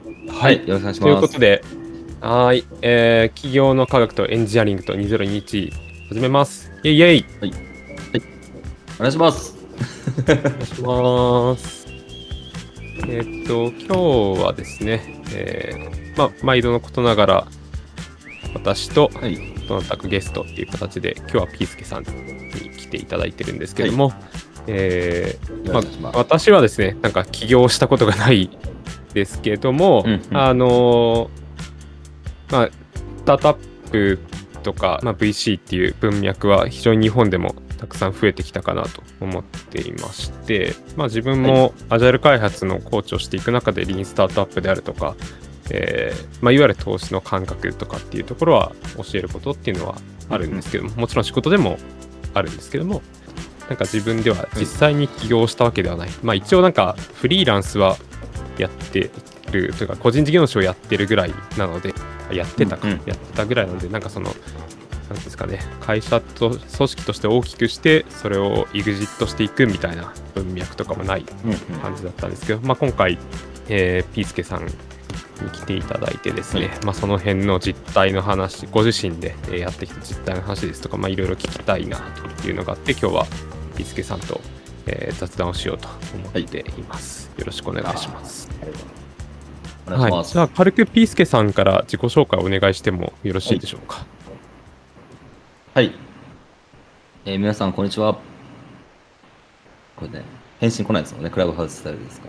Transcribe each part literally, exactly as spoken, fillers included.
はい、 はい、よろしくお願いしというます。 ことで、はーい、えー、企業の科学とエンジニアリングとにせんにじゅういち始めます。イェイイェイはい、はい、お願いします。 お願いします。えーっと、今日はですね、えー、まあ、毎度のことながら、私とはい、 どなたかゲストっていう形で、今日はピースケさんに来ていただいてるんですけはい、 ども、えー、 よまあ、 ろしくお願いします。 私はですね、なんか起業したことがないですけども、 うんうん。 あのーまあ、スタートアップとか、まあ、ブイシー っていう文脈は非常に日本でもたくさん増えてきたかなと思っていまして、まあ、自分はい、 もアジャイル開発のコーチをしていく中でリーンスタートアップであるとか、えーまあ、いわゆる投資の感覚とかっていうところは教えることっていうのはあるんですけども、もちろん仕事でもあるんですけども、なんか自分では実際に起業したわけではない、まあ一応なんかフリーランスはやってるというか個人事業主をやってるぐらいなので、やってたか、 うんうんやってたぐらいなので、なんかそのなんですかね、会社と組織として大きくしてそれをエグジットしていくみたいな文脈とかもないうんうん。 感じだったんですけど、まあ今回、えー、ピースケさんに来ていただいてですね、 はいまあ、その辺の実態の話、ご自身でえーやってきた実態の話ですとか、まあ、いろいろ聞きたいなというのがあって、今日はピースケさんと、えー雑談をしようと思っています。よろしくお願いします。 お願いしはい、 ます。 じゃあ軽くピースケさんから自己紹介をお願いしてもよろしいでしょうか。 はい、えー皆さん、こんにちは。これね、返信来ないですもんね、クラブハウススタイルですから。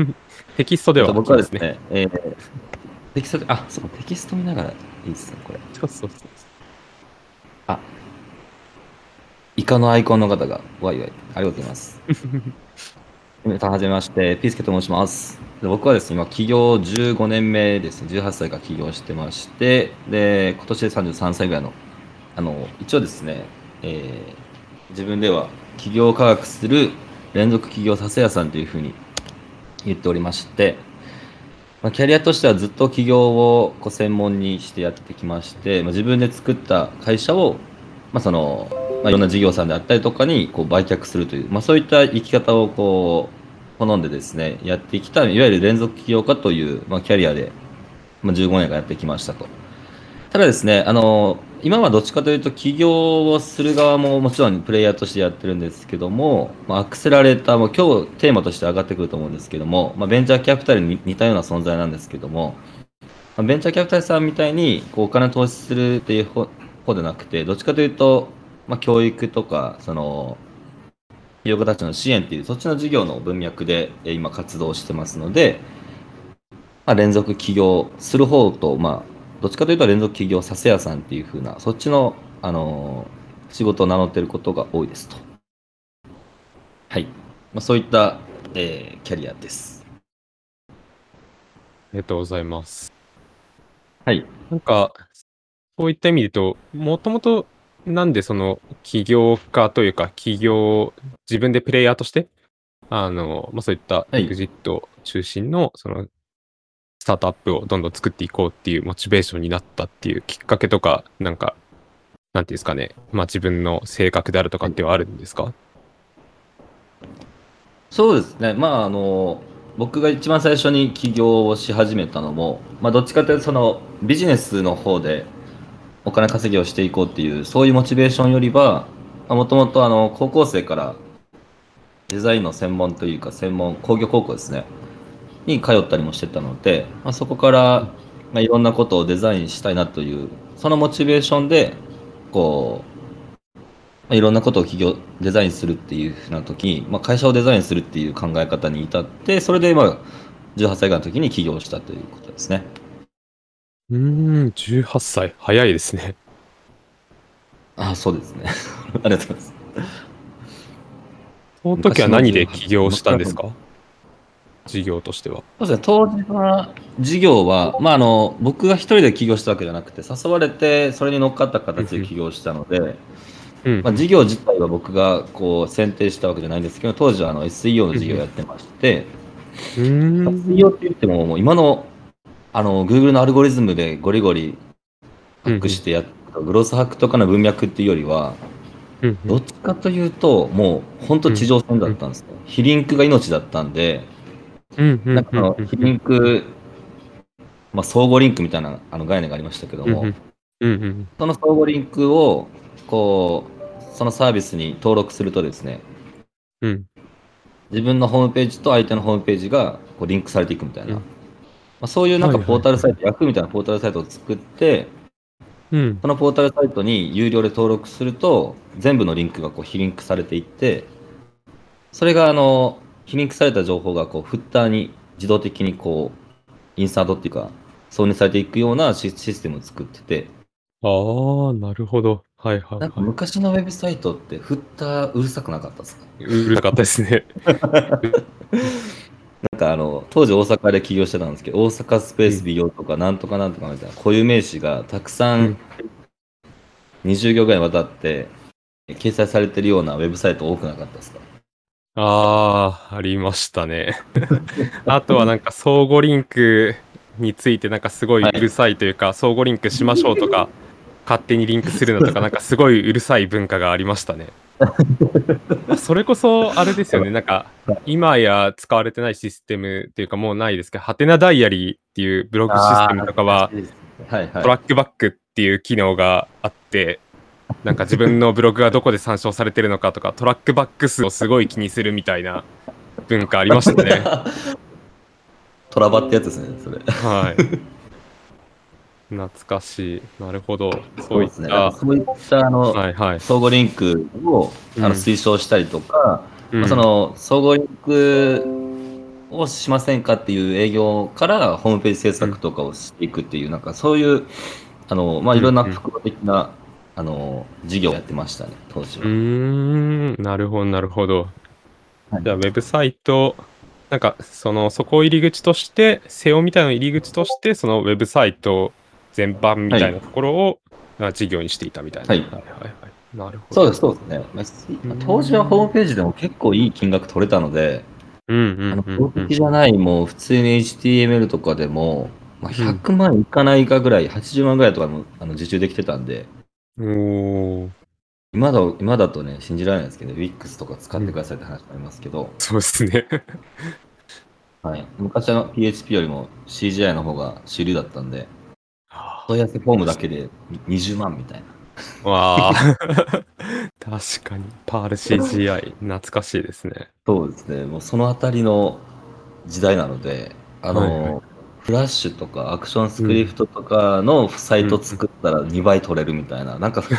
テキストでえっと、 は来ますね。 僕はですね、えーテキストで、あ、そうか、テキスト見ながらいいですね、これ。 そうそうそう。 あ、イカのアイコンの方が、わいわい、ありがとうございます。皆さん、はじめまして、ピースケと申します。で僕はですね、今、起業じゅうごねんめですね、じゅうはっさいから起業してまして、で、今年でさんじゅうさんさいぐらいの、あの、一応ですね、えー自分では起業を科学する連続起業させ屋さんというふうに言っておりまして、まあ、キャリアとしてはずっと起業をこう専門にしてやってきまして、まあ、自分で作った会社を、まあそのまあ、いろんな事業さんであったりとかにこう売却するという、まあ、そういった生き方をこう好んでですねやってきたいわゆる連続起業家という、まあ、キャリアで、まあ、じゅうごねんかんやってきましたと。ただですね、あの今はどっちかというと起業をする側ももちろんプレイヤーとしてやってるんですけども、まあ、アクセラレーターも今日テーマとして上がってくると思うんですけども、まあ、ベンチャーキャピタルに似たような存在なんですけども、まあベンチャーキャピタルさんみたいにこうお金を投資するっていう方方でなくて、どっちかというと、まあ、教育とかその起業家たちの支援っていうそっちの事業の文脈でえー今活動してますので、まあ、連続起業する方と、まあ、どっちかというと連続起業させ屋さんっていう風なそっちの、あのー仕事を名乗っていることが多いですと。はい。まあ、そういった、えーキャリアです。 ありがとうございます。 はい。 なんか、そういった意味で言うと、もともとなんでその起業家というか、起業、自分でプレイヤーとして、あの、まあ、そういったはい。 エグジット中心のそのスタートアップをどんどん作っていこうっていうモチベーションになったっていうきっかけとか、なんか、なんていうんですかね、まあ自分の性格であるとかはいっていうのはあるんですか？ そうですね。まあ、あの、僕が一番最初に起業をし始めたのも、まあ、どっちかというと、そのビジネスの方でお金稼ぎをしていこうっていう、そういうモチベーションよりは、もともとあの高校生からデザインの専門というか、専門、工業高校ですね、に通ったりもしてたので、まあ、そこから、まあ、いろんなことをデザインしたいなという、そのモチベーションで、こう、まあ、いろんなことを企業デザインするっていうふうな時に、まあ、会社をデザインするっていう考え方に至って、それでまあじゅうはっさいぐらいの時に起業したということですね。 うーん、じゅうはっさい、早いですね。 ああ、そうですね。ありがとうございます。 その時は昔の何でじゅうはち、 起業し今からのたんですか？事業としては。 そうですね、当時は事業は、まあ、あの僕が一人で起業したわけじゃなくて、誘われて、それに乗っかった形で起業したので、 うん、 まあ、事業自体は僕がこう選定したわけじゃないんですけど、当時はあの エスイーオー の事業をやってまして、 うん、うーん、 エスイーオー って言っても、もう今のあの Google のアルゴリズムでゴリゴリハうん、 ックしてやったグロスハックとかの文脈っていうよりは、 うん、うん、 どっちかというと、もう本当うん、 地上戦だうん、 ったんですね。非リンクが命だったんで、 うんうんなんかあの、非リンク、まあ、相互リンクみたいなあの概念がありましたけども、 うんうんうんうんその相互リンクを、こう、そのサービスに登録するとですね、 うん自分のホームページと相手のホームページがこうリンクされていくみたいな、 うんまあ、そういうなんかはいはいポータルサイト、ヤフーみたいなポータルサイトを作って、 うんそのポータルサイトに有料で登録すると、全部のリンクがこう非リンクされていって、それがあの、非リンクされた情報がこうフッターに自動的にこう、インサートっていうか、挿入されていくようなシシステムを作ってて、 ああ、なるほど。はいはいなんかは昔のウェブサイトってフッターうるさくなかったですか？ い。うるさかったですね。 なんかあの、当時大阪で起業してたんですけど、大阪スペースうん美容とかなんとかなんとかみたいな固有名詞がたくさうんんにじゅう行ぐらいにわたって掲載されてるようなウェブサイト多くなかったですか？ ああ、ありましたね。あとはなんか相互リンクについてなんかすごいうるさいというか、相互リンクしましょうとか、勝手にリンクするのとか、なんかすごいうるさい文化がありましたね。それこそあれですよね、なんか今や使われてないシステムっていうかもうないですけど、ハテナダイアリーっていうブログシステムとかは、 はいはい。 トラックバックっていう機能があって、なんか自分のブログがどこで参照されてるのかとか、トラックバック数をすごい気にするみたいな文化ありましたね。 トラバってやつですね、それ。 はい。懐かしい。なるほど。そういっですね。 た、 そういったあの、 はいはい。 相互リンクをあのうん推奨したりとか、 うんまあ、その相互リンクをしませんかっていう営業からホームページ制作とかをしていくっていう、なんかそういうあの、まあ、いろんな複合的な、あの事業をやってましたね、当時うは。 ーん、なるほど、なるほど。 はいじゃあ、ウェブサイト、なんか、その、そこを入り口として、セオみたいなのを入り口として、そのウェブサイト全般みたいなところを、あ事業にしていたみたいな。 はいはいはいはい。なるほど。 そうです、そうですね。まあすうん当時はホームページでも結構いい金額取れたので、 うんうんあのうん公的じゃない、もう普通に エイチティーエムエル とかでも、まあ、ひゃくまんいかないかぐらい、はちじゅうまんぐらいとかもあの受注できてたんで、 うん。おー、 今だ今だとね、信じられないですけど、ウィックス とか使ってくださいって話もありますけど、 そうですね。 はい、昔の ピーエイチピー よりも シージーアイ の方が主流だったんで、問い合わせフォームだけでにじゅうまんみたいな。 わあ、確かに。パール シージーアイ、懐かしいですね。 そうですね、もうそのあたりの時代なので、あの、 はいはいフラッシュとかアクションスクリプトとかのサイト作ったらにばい取れるみたいな、なんか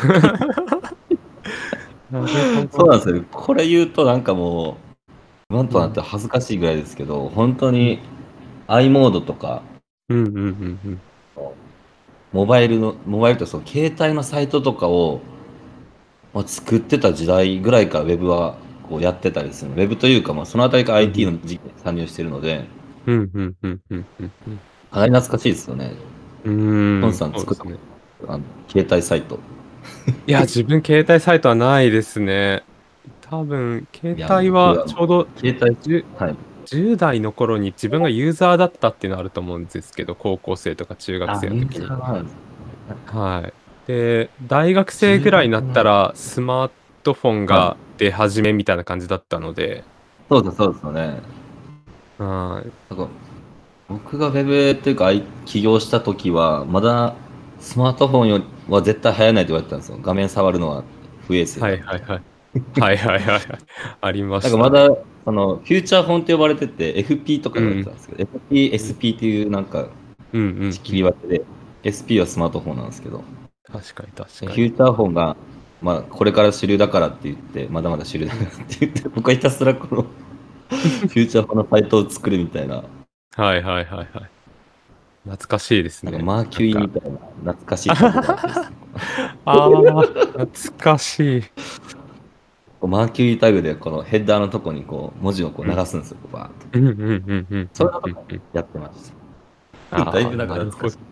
なるほそうど。 なんですよ。これ言うとなんかもう、今となっては恥ずかしいぐらいですけど、本当に i モードとか、 うんうんうんうん。 モバイルの、モバイルとその携帯のサイトとかを、まあ、作ってた時代ぐらいからウェブはこうやってたりする。ウェブというか、まあ、そのあたりから アイティー の時期に参入してるので、 うんうんうんうんうんうん。 かなり懐かしいですよね。 うーん。 トンさん作った、 そうですね。 あの携帯サイト。 いや、自分携帯サイトはないですね。多分、携いや帯は僕はちょうど携帯、 じゅはい。 じゅう代の頃に自分がユーザーだったっていうのはあると思うんですけど、高校生とか中学生の時に。はい。で、大学生ぐらいになったら、スマートフォンが出始めみたいな感じだったので、 そうです、そうですよね。 はい。 なんか僕がウェブっていうか、I- 起業した時は、まだスマートフォンよりは絶対流行らないって言われてたんですよ。画面触るのは不衛生だ。 はいはいはい。はいはいはいはい。ありまなんした。 かまだ、あの、フューチャーフォンって呼ばれてて、エフピー とか言われてたんですけど、エフピー、エスピー っていうなんかうんうんうん。 切り分けで、エスピー はスマートフォンなんですけど、 確かに確フかに。 ューチャーフォンが、まあ、これから主流だからって言って、まだまだ主流だからって言って、僕はひたすらこの、フューチャーフォンのサイトを作るみたいな、 はいはいはいはい。懐かしいですね。 なんかマーキュリーなんかみたいな懐かしい感じがあってですねああ、懐かしい。 こうマーキュリータグでこのヘッダーのとこにこう文字をこう流すんですよ、こうバーッと。 うんうんうんうん。 それとかうんうんやってましあた。だいぶーなんかなるほ懐かしい。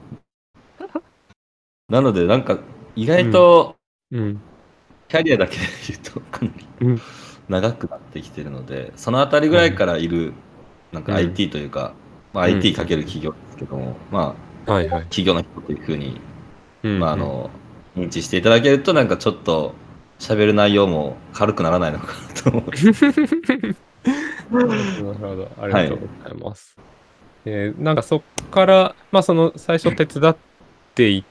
なので、なんか意外とど。うんキャリアだけで言うとかなりうん長くなってきてるので、そのあたりぐらいからいるなんか アイティー というか、まあ、 うんアイティー かける企業ですけども、まあ、 はいはい。 企業の人というふうに、 うんまあ、あの認知していただけると、なんかちょっと喋る内容も軽くならないのかなと思う。 るほど。ありはい。 がとうございます。えーなんかそっから、まあその最初手伝っていって、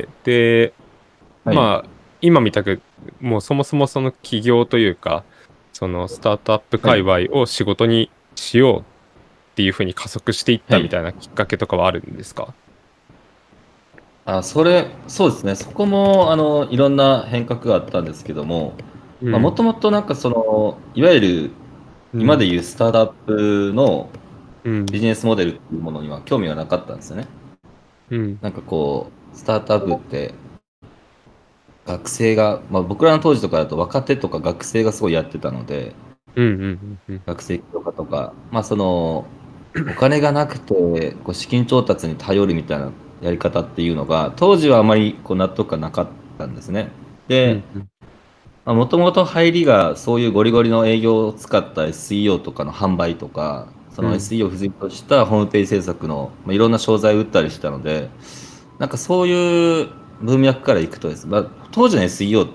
で、 はい。 まあ今みたく、もうそもそもその起業というか、そのスタートアップはい。 界隈を仕事にしようっていうふうに加速していっはい。 たみたいなきっかけとかはあるんですか？ あ、それ、そうですね。そこも、あの、いろんな変革があったんですけども、まあ、もうん。 ともとなんかその、いわゆるうん。 今でいうスタートアップのうん。 ビジネスモデルっていうものには興味がなかったんですよね。 うん。 なんかこう、スタートアップって学生が、まあ、僕らの当時とかだと若手とか学生がすごいやってたので、 うん。うん。うん。 学生とかとか、まあその、お金がなくてこう資金調達に頼るみたいなやり方っていうのが、当時はあまりこう納得がなかったんですね。で、 うん。うん。 もともと入りがそういうゴリゴリの営業を使った エスイーオー とかの販売とか、そのうん。 エスイーオー を付随としたホームページ制作の、まあ、いろんな商材を売ったりしたので、なんかそういう文脈からいくとですね、まあ、当時の エスイーオー って、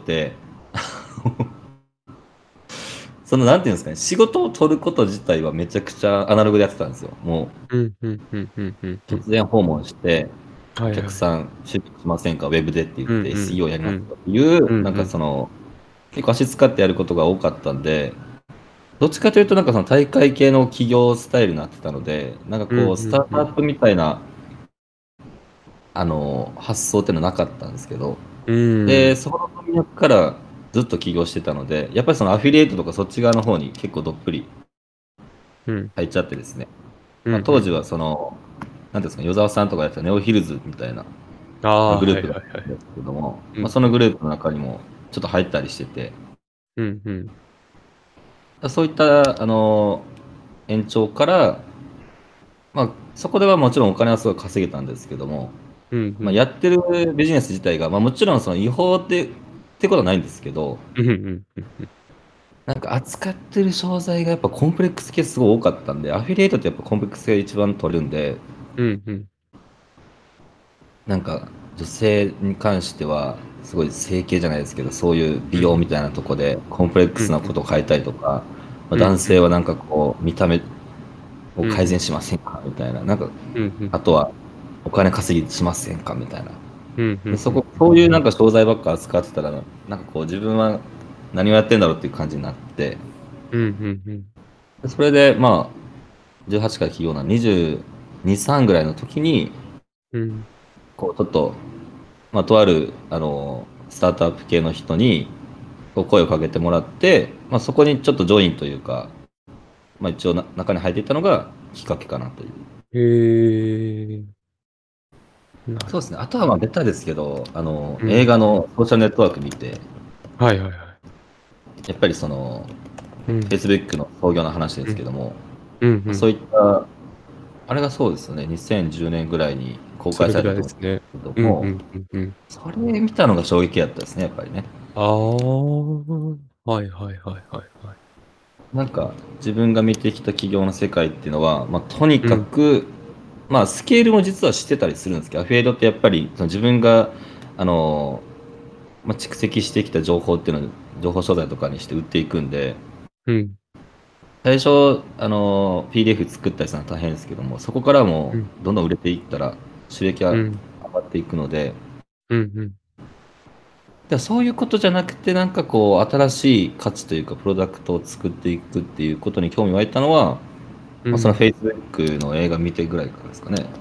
そのなんていうんですかね、仕事を取ること自体はめちゃくちゃアナログでやってたんですよ。もうん。うん。うん。うん。うん。ううん。 突然訪問して、おはいはい。 客さん出勤しませんか、ウェブでって言っうん。 てうん。 エスイーオー やりうん。 ますかっていう、なんうん。うん。 かその、結構足使ってやることが多かったんで、どっちかというとなんかその大会系の企業スタイルになってたので、なんかうん。 こう、スターうん。 トアップみたいな、あの、発想っていうのはなかったんですけど、 うん。うで、 ん。 そこの文脈からずっと起業してたので、やっぱりそのアフィリエイトとかそっち側の方に結構どっぷりうん。 入っちゃってですね、 うん。 まあ、 うん。 当時はその、なんていうんですか、与沢さんとかやってたネオヒルズみたいな、 ああ、はいまあグループだっはいはい。 たんですけども、まあ、 うん。うん。 そのグループの中にもちょっと入ったりしてて、 うん。うん。 そういったあの延長から、まあ、そこではもちろんお金はすごい稼げたんですけども、 うん。うまあ、 ん。 やってるビジネス自体が、まあ、もちろんその違法ってってことはないんですけど、 うん。うん。うん。 なんか扱ってる商材がやっぱコンプレックス系すごい多かったんで、アフィリエイトってやっぱコンプレックス系が一番取れるんで、 うん。うん。 なんか女性に関してはすごい整形じゃないですけど、そういう美うん。 容みたいなとこでコンプレックうん。 スなことを変えたりとか、まあ、 うん。 男うん。 性はなんかこう見た目をうん。 改善しませんかみたいな、なんかうん。うん。 あとはお金稼ぎしませんかみたいな。 うん。うん。 でそこ、そういうなんか商材ばっか扱ってたら、なんかこう自分は何をやってんだろうっていう感じになって、 うん。うん。 でそれでまあじゅうはちから起業なにじゅうに、さんぐらいの時に、 うん。 こうちょっと、まあ、とあるあのスタートアップ系の人にこう声をかけてもらって、まあ、そこにちょっとジョインというか、まあ、一応な中に入っていったのがきっかけかなという。 へえ。なるほど。 そうですね。あとはまあベタですけど、あのうん。 映画のソーシャルネットワーク見て、 はいはいはい。 やっぱりそのうん。 Facebook の創業の話でうん。 すけども、 うん。うん。 そういった、あれがそうですよね、にせんじゅうねんぐらいに公開それぐされたと思らいですね。 うんですけうん。うども、 ん。うん。うん。 それ見たのが衝撃だったですね、やっぱりね。 ああ。はいはいはいはいはい。 なんか自分が見てきた企業の世界っていうのは、まあ、とにうん。 かく、まあ、スケールも実はしてたりするんですけど、アフィリエイトってやっぱりその自分があの、まあ、蓄積してきた情報っていうのを情報商材とかにして売っていくんで、 うん。 最初あの ピーディーエフ 作ったりするのは大変ですけども、そこからもうん。 どんどん売れていったら収益がうん。 上がっていくので、 うん。うん。 でもそういうことじゃなくて、なんかこう新しい価値というかプロダクトを作っていくっていうことに興味湧いたのは、まあ、そのうん。 Facebook の映画見てぐらいからですかね。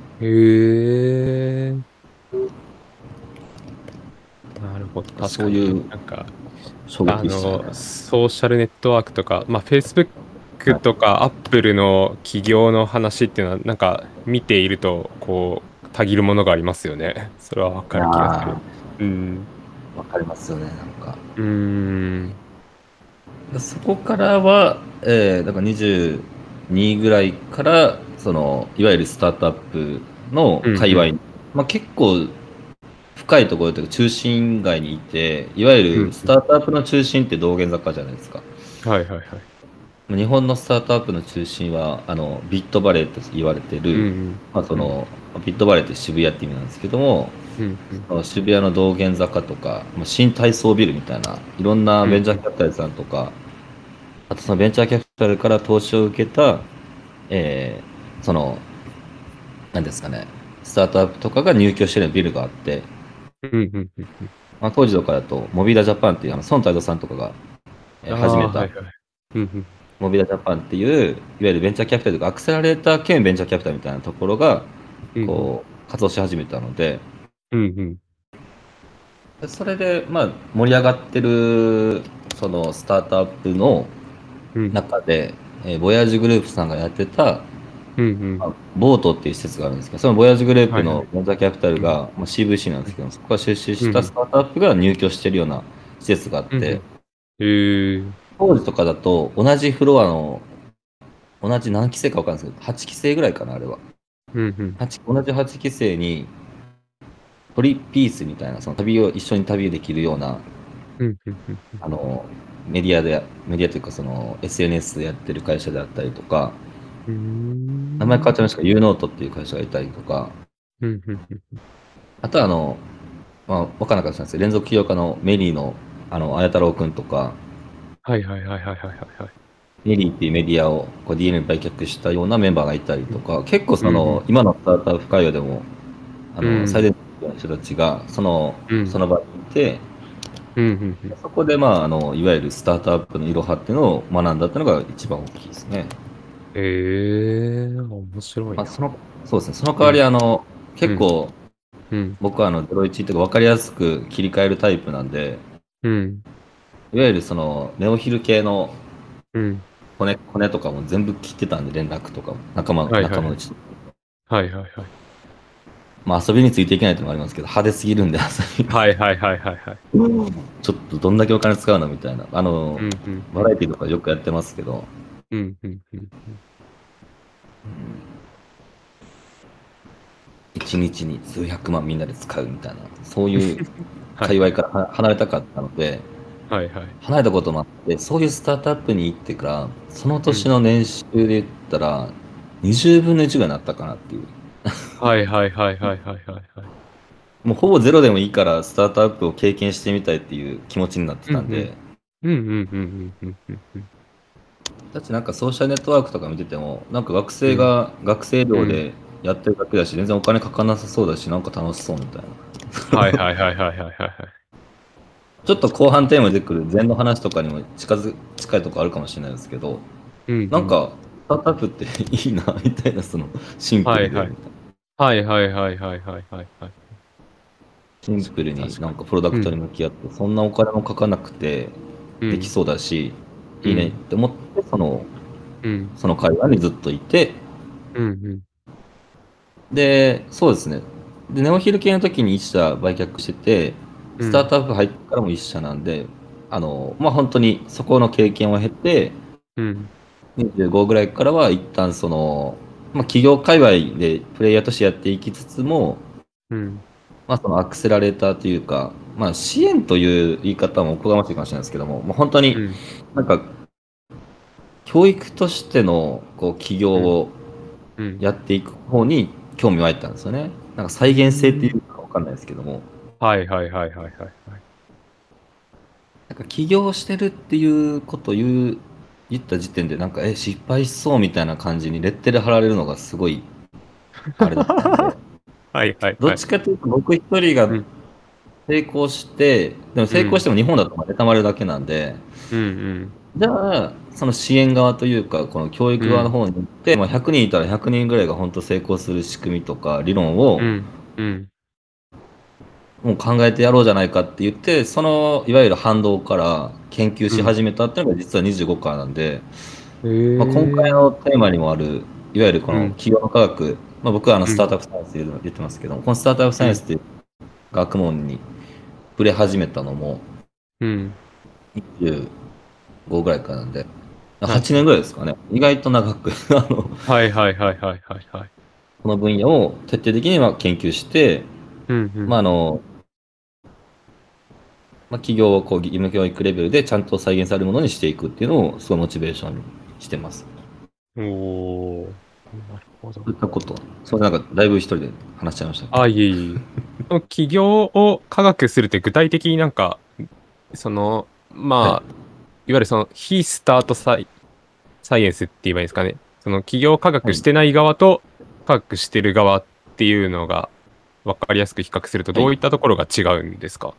へえ。なるほど。確かに。 そういうなんか、 衝撃でしたね。 あの、ソーシャルネットワークとか、まあ、Facebook はい。 とか Apple の企業の話っていうのは、なんか見ていると、こう、たぎるものがありますよね。それはわかいやる気がする。 ー、 うん。 わかりますよね、なんか。 うーん。 でそこからは、えー、だからにじゅうにぐらいから、その、いわゆるスタートアップのうんうん。 界隈、まあ、結構深いところというか中心街にいて、いわゆるスうんうん。 タートアップの中心って道玄坂じゃないですか。 はいはいはい。 日本のスタートアップの中心は、あの、ビットバレーと言われてうんる、 うん。 まあ、そうん。 の、ビットバレーって渋谷って意味なんですけども、 うんうん。 その渋谷の道玄坂とか、まあ、新体操ビルみたいな、いろんなうんうん。 ベンチャーキャピタルさんとか、あとそのベンチャーキャピタルから投資を受けた、えーその、なんですかね、スタートアップとかが入居してるビルがあって、 うんうんうんうん。 まあ、当時とかだと、モビダジャパンっていう、あの孫太蔵さんとかが、えーああ、 始めた、 はいはい。うんうん。 モビダジャパンっていう、いわゆるベンチャーキャピタルとか、アクセラレーター兼ベンチャーキャピタルみたいなところが、 うんうん。 こう、活動し始めたので、 うんうん。 でそれで、まあ、盛り上がってる、その、スタートアップのうん中で、えーボヤージュグループさんがやってた、 うんうん。 まあボートっていう施設があるんですけど、そのボヤージュグループはいはい。 のベンチャーキャピタルうんが、まあ、シーブイシー なんですけど、そこが出資うんうん。 したスタートアップが入居してるような施設があって、 うんうん。へえ。 当時とかだと同じフロアの、同じ何期生か分かんないですけど、はちきせいぐらいかな、あれは。 うんうん。 はち同じはちきせいに、トリピースみたいな、その旅を一緒に旅できるような、 うんうんうん。 あの、メディアで、メディアというか、その エスエヌエス でやってる会社であったりとか、 うーん。 名前変わっちゃいましたが、ユーノートっていう会社がいたりとか、 うんうんうん。 あとはあの、まあ、分からなかったんですけど、連続起業家のメリーの、あの、綾太郎くんとか、 はいはいはいはいはいはいはい。 メリーっていうメディアをこう ディーエヌ に売却したようなメンバーがいたりとか、結構そうんの、今のスタートアップ会話でも、あうん。 の、 うん最前線の人たちが、その、 うんその場にいて、 うんうんうん。 そこで、まあ、あの、いわゆるスタートアップのいろはっていうのを学んだっていうのが一番大きいですね。 ええ、面白いまあ、 な。 その、そうですね。その代うんわり、あの、 うん結構、 うん僕はあの、ゼロイチとか分かりやすく切り替えるタイプなんで、 うんいわゆるその、ネオヒル系のうん骨、骨とかも全部切ってたんで、連絡とかも、仲間、 はいはいはい仲間内と。 はいはいはいまあ、遊びについていけないというのもありますけど、派手すぎるんで、遊び。 はいはいはいはいはい。 ちょっとどんだけお金使うのみたいな。あの、 うんうんバラエティとかよくやってますけど、 うんうんうん一日に数百万みんなで使うみたいな、そういうはい界隈からは離れたかったので、 はいはい。 離れたこともあって、そういうスタートアップに行ってから、そのうん年の年収で言ったら、にじゅうぶんのいちぐらいになったかなっていう。 はいはいはいはいはいはいはい。 もうほぼゼロでもいいから、スタートアップを経験してみたいっていう気持ちになってうんうんたんで、 うんうんうんうんうんうんうんだってなんかソーシャルネットワークとか見てても、なんか学生が学生寮でやってるだけだし、全然お金かかんなさそうだし、なんか楽しそうみたいな。 はいはいはいはいはいはいはい。 ちょっと後半テーマで出てくる禅の話とかにも近づ近いとこあるかもしれないですけど、 うんうんなんか、スタートアップっていいな、みたいな、その、シンプルで、 はいはいみたいなはいはいはいはいはいはいはい。 シンプルに確かになんかプロダクトに向き合って、そんなお金もかかなくて、 うんできそうだし、 うんいいねって思って、その、 うんその会話にずっといて、 うんうんで、そうですね。で、ネオヒル系の時にいっ社売却してて、 うんスタートアップ入ってからもいっ社なんで、あの、まあ、本当にそこの経験を経て、 うんにじゅうごぐらいからは一旦その、まあ、企業界隈でプレイヤーとしてやっていきつつも、 うんまあ、そのアクセラレーターというか、まあ、支援という言い方もおこがましいかもしれないですけども、もう本当にうんなんか、教育としてのこう起業をうんやっていく方に興味湧いたんですよね。なんか再現性っていうかわかんないですけども、 はいはいはいはいはいはい。 なんか起業してるっていうことを言う、言った時点で、なんか、え、失敗しそうみたいな感じにレッテル貼られるのがすごい、あれだったんで、 はいはいどっはい。 ちかというと僕一人がうん成功して、でも成功しても日本だとまあ妬まれるだけなんで、 うんうんじゃあ、その支援側というか、この教育側の方に行って、まあ、ひゃくにんいたらひゃくにんぐらいが本当成功する仕組みとか理論をうんうんもう考えてやろうじゃないかって言って、そのいわゆる反動から研究し始めたっていうのが実はにじゅうごからなんで、 へえ。 まあ、今回のテーマにもある、いわゆるこうんの企業の科学、まあ、僕はあのスタートアップサイエンスで言ってますけども、このスタートアップサイエンスっていう学問に触れ始めたのもうんにじゅうごぐらいからなんで、 はいはちねんぐらいですかね。意外と長くあのはいはいはいはいはいはい。 この分野を徹底的には研究して、 うんうんまああのまあ、企業をこう義務教育レベルでちゃんと再現されるものにしていくっていうのをすごいモチベーションにしてます。 おお。なるほどそうい。ったこと。それなんかだいぶ一人で話しちゃいましたけど。 あ、いえいえ。その起業を科学するって具体的になんか、その、まあ、 はいいわゆるその非スタートサイサイエンスって言えばいいですかね。その企業科学してない側と科学してる側っていうのが分かりやすく比較すると、 はいどういったところが違うんですか？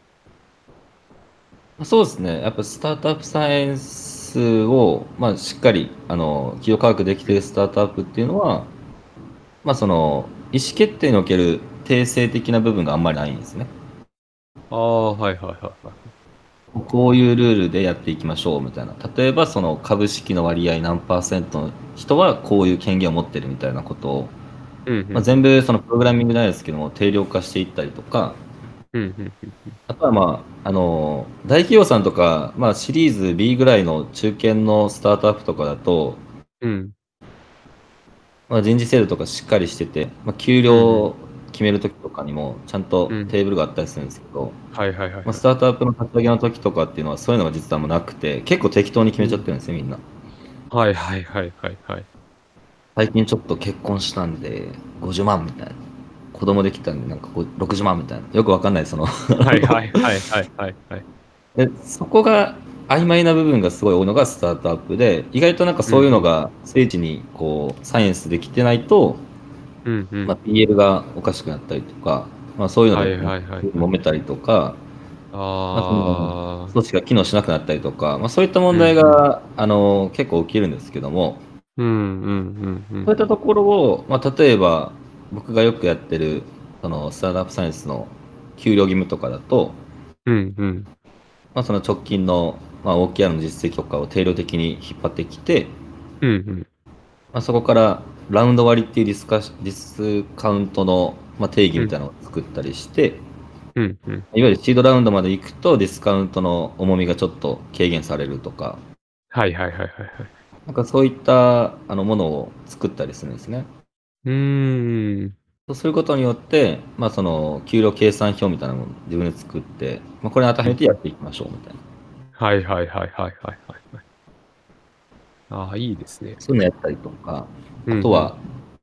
そうですね。やっぱスタートアップサイエンスを、まあ、しっかり、あの、企業科学できているスタートアップっていうのは、まあ、その、意思決定における定性的な部分があんまりないんですね。 ああ、はいはいはいはい。 こういうルールでやっていきましょうみたいな。例えば、その株式の割合何パーセントの人はこういう権限を持ってるみたいなことを、まあ、 うんうん。 全部そのプログラミングなんですけども、定量化していったりとか、 うんうんうん。 あとはまあ、あの、大企業さんとか、まあシリーズ ビー ぐらいの中堅のスタートアップとかだと、 うん。 まあ、人事制度とかしっかりしてて、まあ、給うんうん。 料決めるときとかにもちゃんとうん。 テーブルがあったりするんですけど、 はいはいはいはい。 まあ、スタートアップの立ち上げの時とかっていうのはそういうのが実はもうなくて、結構適当に決めちゃってるんですよ、みんな。 はいはいはいはいはい。 最近ちょっと結婚したんでごじゅうまんみたいな。子供できたんでなんかこうろくじゅうまんみたいな。よくわかんないそのはいはいはいはいはいはい。 でそこが曖昧な部分がすごい多いのがスタートアップで、意外となんかそういうのうんうん。 が精緻にこうサイエンスできてないと、まあ、 うんうん。 ピーエル がおかしくなったりとか、まあ、そういうのではいはいはいはい。 揉めたりとか、まあ、そのああ。 組織が機能しなくなったりとか、まあ、そういった問題うんうん。 があの結構起きるんですけども、 うんうんうんうん。 そういったところを、まあ、例えば僕がよくやってるそのスタートアップサイエンスの給料義務とかだと、 うんうん。 まあ、その直近の、まあ、オーケーアール の実績とかを定量的に引っ張ってきて、 うんうん。 まあ、そこからラウンド割っていうディスカディスカウントの、まあ、定義うんみたいなのを作ったりして、 うんうん。 いわゆるシードラウンドまで行くとディスカウントの重みがちょっと軽減されるとか、 はいはいはいはいはい。 なんかそういったあのものを作ったりするんですね。 うーん。 そうすることによって、まあ、その給料計算表みたいなものを自分で作って、まあ、これに当てはめてやっていきましょうみたいな。 はいはいはいはいはいはいはい。ああ、いいですね。 そういうのやったりとか、 うんうん。 あとは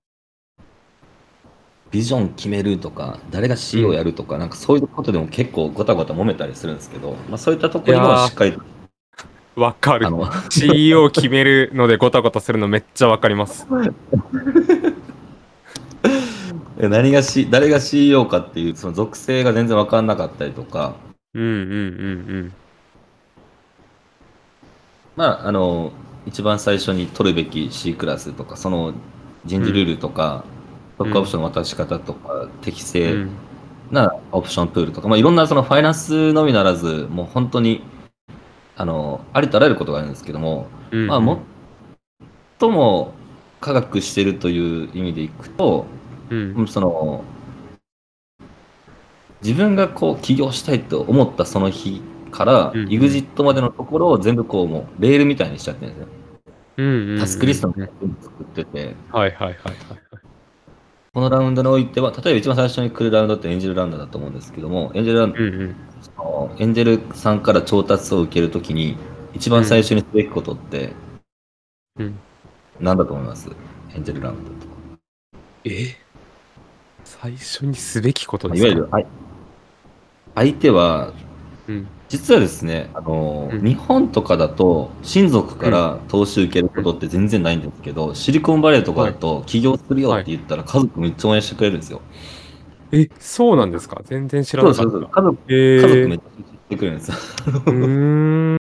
ビジョン決めるとか、誰がうシーイーオーん。 やるとか、なんかそういうことでも結構ごたごた揉めたりするんですけど、まあ、そういったところにもいやしっかりと、 ー、わかる。 あの、 シーイーオー 決めるのでゴタゴタするのめっちゃわかります。 何がし、誰が シーイーオー かっていうその属性が全然分かんなかったりとか、 うんうんうんまあ、あの、一番最初に取るべき C クラスとか、その人うん。う事ルーんルとか、ストックオプショうんンの渡し方とか、適正うんなオプションプールとか、まあ、いろんなそのファイナンスのみならず、もう本当に、あの、ありとあらゆることがあるんですけども、まあ、 うん最も科学してるという意味でいくと、 うんうんその、自分がこう起業したいと思ったその日から、 うんうん EXIT までのところを全部こうもうレールみたいにしちゃってるんですよ。 うんうんタスクリストみうんうん。 たいなの全部作ってて、 はいはいはいはいはい。 このラウンドにおいては、例えば一番最初に来るラウンドってエンジェルラウンドだと思うんですけども、エンジェルラウンド、 うんうんそのエンジェルさんから調達を受けるときに、一番最初にすべきことってうん何だと思います？エンジェルラウンドとか。 え最初にすべきことまあ、 ですか？ いわゆる、あい相手は、 うん実はですね、あの、 うん日本とかだと、親族かうんら投資受けるうん。 ことって全然ないんですけど、シリコンバレーとかはいだと、起業するよっはい。 て言ったら、家族めっちゃ応援してくれるんですよ。 え、そうなんですか？全然知らそうそうそう、 なかった。 家族、家えー、 族めっちゃしてくれるんですよ。 うーん。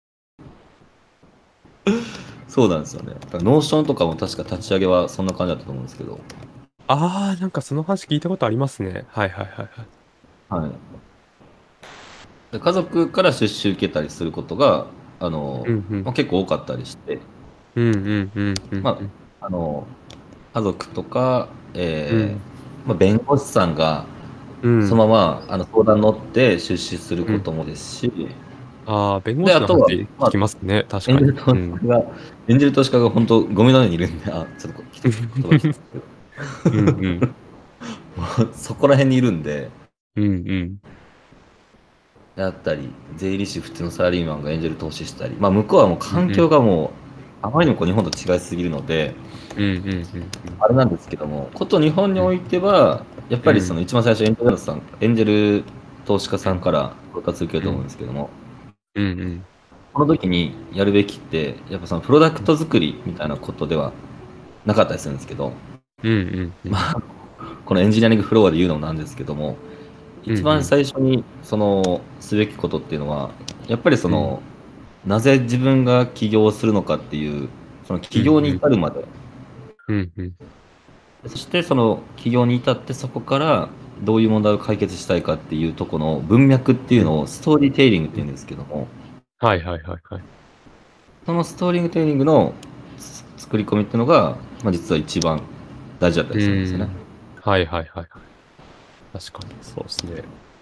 そうなんですよね。ノーションとかも確か立ち上げはそんな感じだったと思うんですけど、 あー、なんかその話聞いたことありますね。はいはいはいはい。 はい。で家族から出資受けたりすることが、あの、 うんうんまあ、結構多かったりして、 うんうんうんうんまあ、あの、家族とか、えうんーまあ、弁護士さんがうんそのままあの相談に乗って出資するうん。 こともですし、 ああ、弁護で、 士あとは、 の話聞まあ、 きますね。確かに。 エンジェル投資うん。 家が、エンジェル投資家が本当、ゴミのようにいるんで、あ、ちょっと一つ言葉ですけど、 うんうんもうそこら辺にいるんで、 うんうんであったり、税理士普通のサラリーマンがエンジェル投資したり、まあ、向こうはもう環うんうん境がもう、あまりにもこう日本と違いすぎるので、 うんうんうんあれなんですけども、こと日本においては、やっぱりそうんの一番最初、エンジェルさん、エンジェル投資家うんさんから調達受けると思うんうんですけども、 うんこの時にやるべきって、やっぱそのプロダクト作りみたいなことではなかったりするんですけど、 うんうんうん。 まあ、このエンジニアリングフロアで言うのもなんですけども、一番最初にそのすべきことっていうのは、やっぱりその、なぜ自分が起業するのかっていう、その起業に至るまで、 うんうん。 そしてその起業に至ってそこからどういう問題を解決したいかっていうとこの文脈っていうのをストーリーテイリングっていうんですけども、 はいはいはいはい。 そのストーリーテイリングのつ作り込みっていうのが、まあ、実は一番大事だったりするんですよね。 はいはいはいはい。確かにそうですね。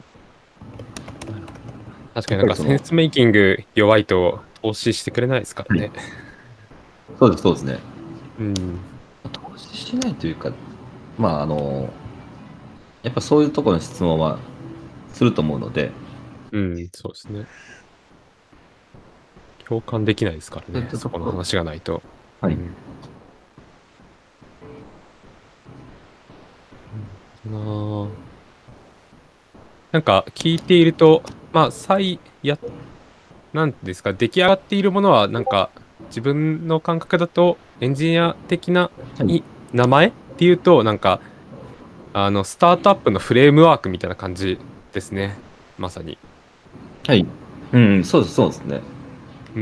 確かになんかセンスメイキング弱いと投資してくれないですからね。 そうですそうですね。 うん。 投資しないというか、まああのやっぱそういうところの質問はすると思うので、 うん、そうですね。共感できないですからね、そこの話がないと。 はい。 うん、ななんか聞いていると、まあ、再や、なんですか、出来上がっているものは、なんか自分の感覚だとエンジニア的な、はい、名前っていうと、なんか、あの、スタートアップのフレームワークみたいな感じですね、まさに。 はい。うん、そうです、そうですね。 うん。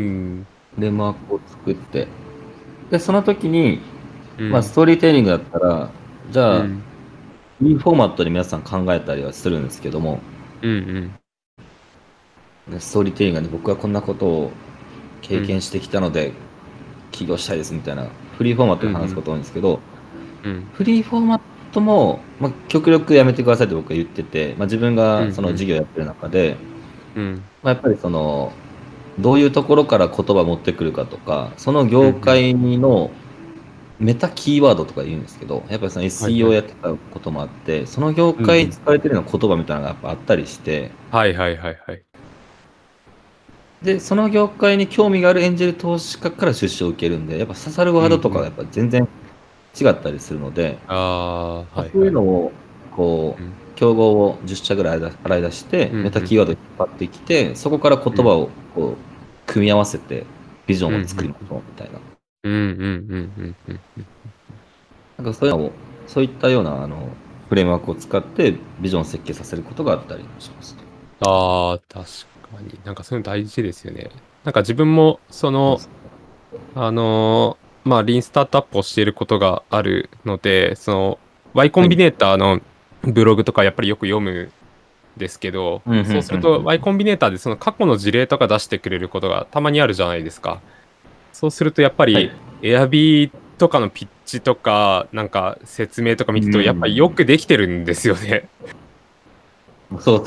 フレームワークを作って、で、その時に、 うん、 まあ、ストーリーテイリングだったら、じゃあ、 うん、 いいフォーマットで皆さん考えたりはするんですけども、 うんうん、ストーリーテイリングで僕はこんなことを経験してきたので、起業したいですみたいな、フリーフォーマットで話すこと多いんですけど、 うんうん、 フリーフォーマットも、まあ、極力やめてくださいって僕は言ってて、まあ、自分がその事業やってる中で、 うんうん、 まあ、やっぱりその、どういうところから言葉を持ってくるかとか、その業界のメタキーワードとか言うんですけど、やっぱりその エスイーオー やってたこともあって、はいはい、その業界に使われてるような言葉みたいなのがやっぱあったりして、 はいはいはいはい。 で、その業界に興味があるエンジェル投資家から出資を受けるんで、やっぱ刺さるワードとかがやっぱ全然違ったりするので、 ああ、はいはい、 そういうのを、こう、うん、競合をじゅっしゃぐらい洗い出して、メタキーワードを引っ張ってきて、そこから言葉をこう組み合わせて、ビジョンを作りましょうみたいな。 うんうんうんうんうん。 なんかそういうのを、そういったようなあのフレームワークを使ってビジョンを設計させることがあったりします。 ああ、確かに。なんかそういうの大事ですよね。なんか自分も、その、あのー、まあ、リーンスタートアップをしていることがあるので、その、Y コンビネーターのブログとかやっぱりよく読むんですけど、はい、そうすると Y コンビネーターでその過去の事例とか出してくれることがたまにあるじゃないですか。そうするとやっぱり、エアビーとかのピッチとか、なんか説明とか見てると、やっぱりよくできてるんですよね。 そう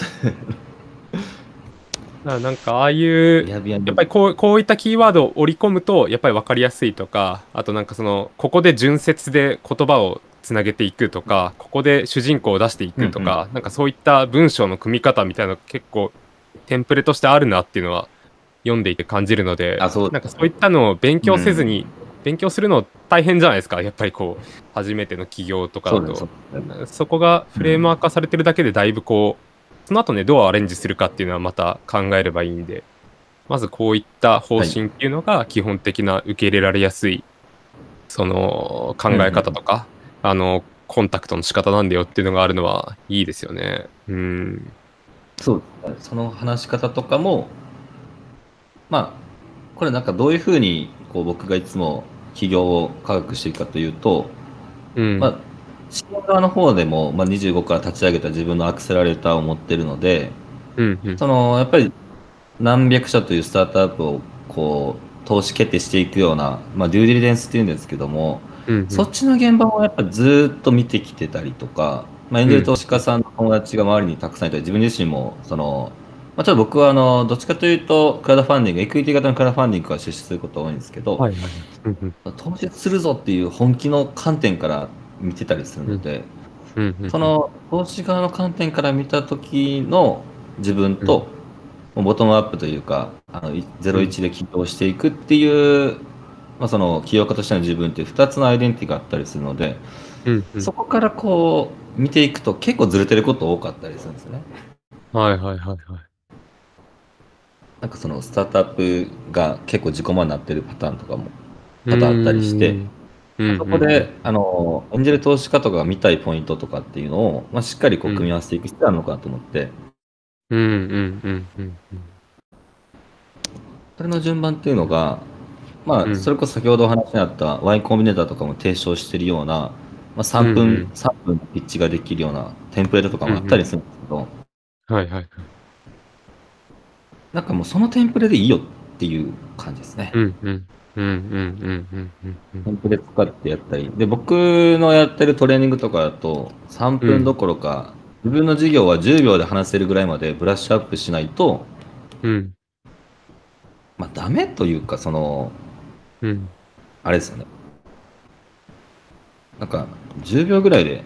なんかああいうやっぱりこうこういったキーワードを織り込むとやっぱり分かりやすいとか、あとなんかそのここで順接で言葉をつなげていくとか、ここで主人公を出していくとか、うんうん、なんかそういった文章の組み方みたいなの結構テンプレとしてあるなっていうのは読んでいて感じるので、なんかそういったのを勉強せずに、うん、勉強するの大変じゃないですか。やっぱりこう初めての起業とかだと そ, そこがフレームワーク化されてるだけでだいぶこうその後ね、どうアレンジするかっていうのはまた考えればいいんで、まずこういった方針っていうのが基本的な受け入れられやすい、その考え方とか、うんうん、あの、コンタクトの仕方なんだよっていうのがあるのはいいですよね。うん。 そうですね。その話し方とかも、まあ、これなんかどういうふうにこう僕がいつも起業を科学していくかというと、うん、まあ、シー側の方でも、まあ、にじゅうごから立ち上げた自分のアクセラレーターを持ってるので、うんうん、そのやっぱり何百社というスタートアップをこう投資決定していくような、まあ、デューディリデンスっていうんですけども、うんうん、そっちの現場をやっぱずっと見てきてたりとか、まあ、エンジェル投資家さんの友達が周りにたくさんいたり、自分自身もその、まあ、ちょっと僕はあのどっちかというとクラウドファンディング、エクイティ型のクラウドファンディングから出資することが多いんですけど、はいはい、投資するぞっていう本気の観点から見てたりするので、うんうん、その投資側の観点から見た時の自分と、うん、ボトムアップというかあのゼロイチで起業していくっていう、まあ、その起業家としての自分っていうふたつのアイデンティティがあったりするので、うんうん、そこからこう見ていくと結構ずれてること多かったりするんですよね。 はいはいはいはい。 なんかそのスタートアップが結構自己満になってるパターンとかも多々あったりして、そこで、あの、エンジェル投資家とかが見たいポイントとかっていうのを、まあ、しっかりこう組み合わせていく必要あるのかなと思って、 うんうんうんうんそれの順番っていうのが、まあ、 うんそれこそ先ほどお話にあった Y コンビネーターとかも提唱しているような、まあ、さんぷん、 うんうん。 さんぷんのピッチができるようなテンプレートとかもあったりするんですけど、 はいはいはい。 なんかもうそのテンプレでいいよっていう感じですね。 うんうんうんうんうんうんうんうんテンプレ使ってやったり。で、僕のやってるトレーニングとかだと、さんぷんどころか、自分の授業はじゅうびょうで話せるぐらいまでブラッシュアップしないと、 うんまあ、ダメというか、その、 うんあれですよね。なんか、じゅうびょうぐらいで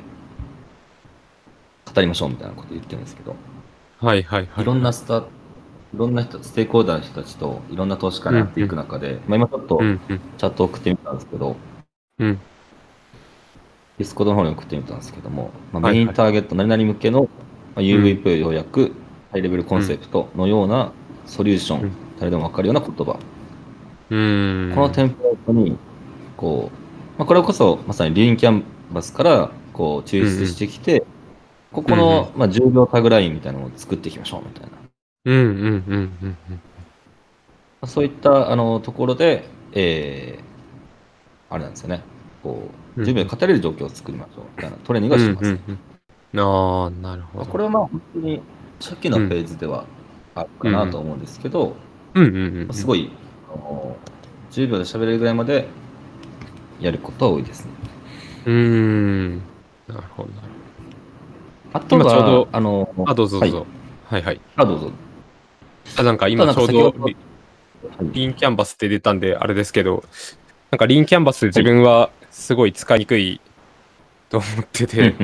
語りましょうみたいなこと言ってるんですけど、 はいはいはいいろんはい。 なスタ、いろんな人、ステークホルダーの人たちといろんな投資家に会っていくうんうん中で、まあ、今ちょっとうんうんチャット送ってみたんですけど、 うんディスコードの方に送ってみたんですけども、まあ、メインはいはい。 ターゲット、何々向けのまあうんユーブイピー を要約、ハイレベルコンセプトのようなソリューション、 うん誰でも分かるような言葉、 うーこのテんンプレートに、こう、まあ、これこそまさにリーンキャンバスからこう抽出してきて、ここうんうんの、まあ、じゅうびょうタグラインみたいなのを作っていきましょうみたいな。 うんうんうんうんうんまあそういったあのところで、えーあれなんですよね。こう、 うんじゅうびょうで語れる状況を作りましょうみたいなトレーニングうんをしてますね。 うんうん。ああ、なるほまあ、 ど。 これはまあ本当に初期のフェーズではあるかなと思うんですけど、 うんうんうんすごいあのじゅうびょうで喋れるぐらいまでやることは多いですね。 うん。うーん。なるほどなるほど。 あと今ちょうど、 は、あの、 あ、どうぞどはい。 うぞ。はいはい。 あ、どうぞ。 あ、なんかあとはなん今ちょうか先ほど、はどリ、 い。 リーンキャンバスって出たんで、あれですけど、なんかリーンキャンバス自はい。 分はすごい使いにくいと思ってうん、うて、 ん、うん、うん。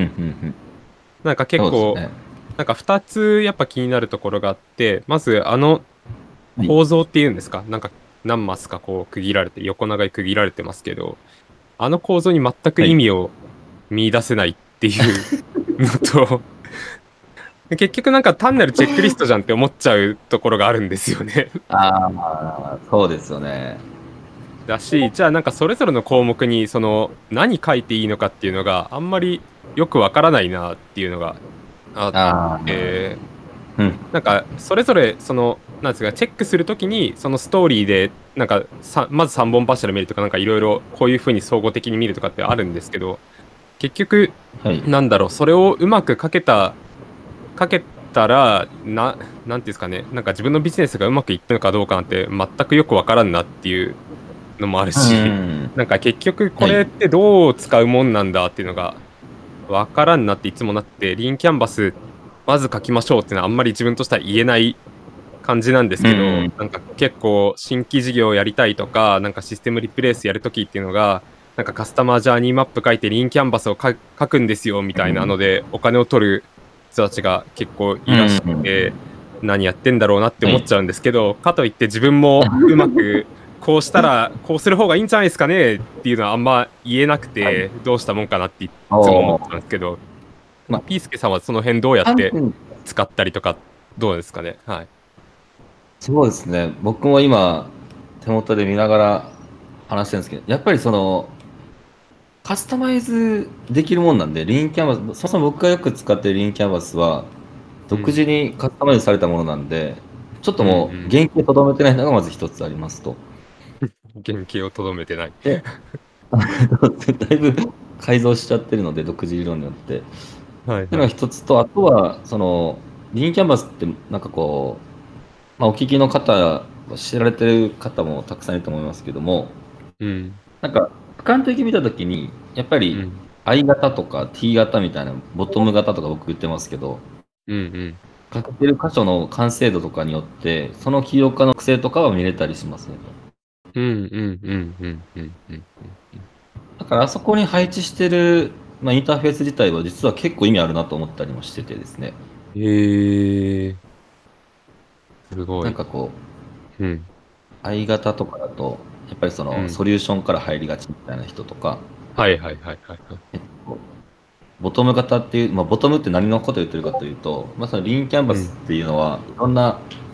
なんか結構、 そうですね。 なんかふたつやっぱ気になるところがあって、まずあのはい。 構造っていうんですか、なんか何マスかこう区切られて、横長に区切られてますけど、あの構造に全くはい。 意味を見出せないっていうのと、結局なんか単なるチェックリストじゃんって思っちゃうところがあるんですよね。 ああ、そうですよね。 だし、じゃあなんかそれぞれの項目にその何書いていいのかっていうのがあんまりよくわからないなっていうのがあっああ、 て、 うん。 なんかそれぞれそのなんですか、チェックするときにそのストーリーでなんかさまずさんぼん柱見るとか、なんかいろいろこういうふうに総合的に見るとかってあるんですけど、結局はい。 なんだろう、それをうまく書けた書けたらな、なんていうんですかね、なんか自分のビジネスがうまくいったのかどうかなんて全くよくわからんなっていうのもあるうし、 ん。 なんか結局こはい。 れってどう使うもんなんだっていうのがわからんなっていつもなって、リーンキャンバスまず書きましょうっていうのはあんまり自分としては言えない感じなんですうけど、 ん。 なんか結構新規事業をやりたいとか、なんかシステムリプレイスやるときっていうのが、なんかカスタマージャーニーマップ書いてリーンキャンバスを書書くんですよみたいなので、お金を取る人たちが結構うん。 いらっしゃっうん。 て、何やってんだろうなってはい。 思っちゃうんですけど、かといって自分もうまくこうしたらこうする方がいいんじゃないですかねっていうのはあんま言えなくはい。 て、どうしたもんかなっていつも思っちゃうんおー。 ですけど、 まピースケさんはその辺どうやあ、 って観点、 使ったりとか、どうですかね。はい。 そうですね。僕も今、手元で見ながら話してるんですけど、やっぱりその、カスタマイズできるもんなんで、リーンキャンバス、そもそも僕がよく使ってるリーンキャンバスは、独自うん。 にカスタマイズされたものなんで、ちょっとうんうもうん。 原型とどめてないのがまず一つありますと。 原型をとどめてない。 で、だいぶ改造しちゃってるので、独自理論によって。っていうのがはいはい。 一つと、あとは、その、リーンキャンバスって、なんかこう、まあ、お聞きの方は知られてる方もたくさんいると思いますけども、 うん。 なんか、俯瞰的に見たときに、やっぱりうん。 I 型とか T 型みたいな、ボトム型とか僕言ってますけど、 うんうん。 書けてる箇所の完成度とかによって、その起業家の癖とかは見れたりしますねうんうんうんうんうんうんと。だから、あそこに配置してる、まあ、インターフェース自体は実は結構意味あるなと思ったりもしててですね。 うん。へえ、すごい。 なんかこうん。 う、I 型とかだと、やっぱりそのうん。 ソリューションから入りがちみたいな人とか、 はいはいはいはいはい。 えっと、ボトム型っていう、まあ、ボトムって何のことを言ってるかというと、まあ、そのリーンキャンバスうん。 っていうのは、いろんな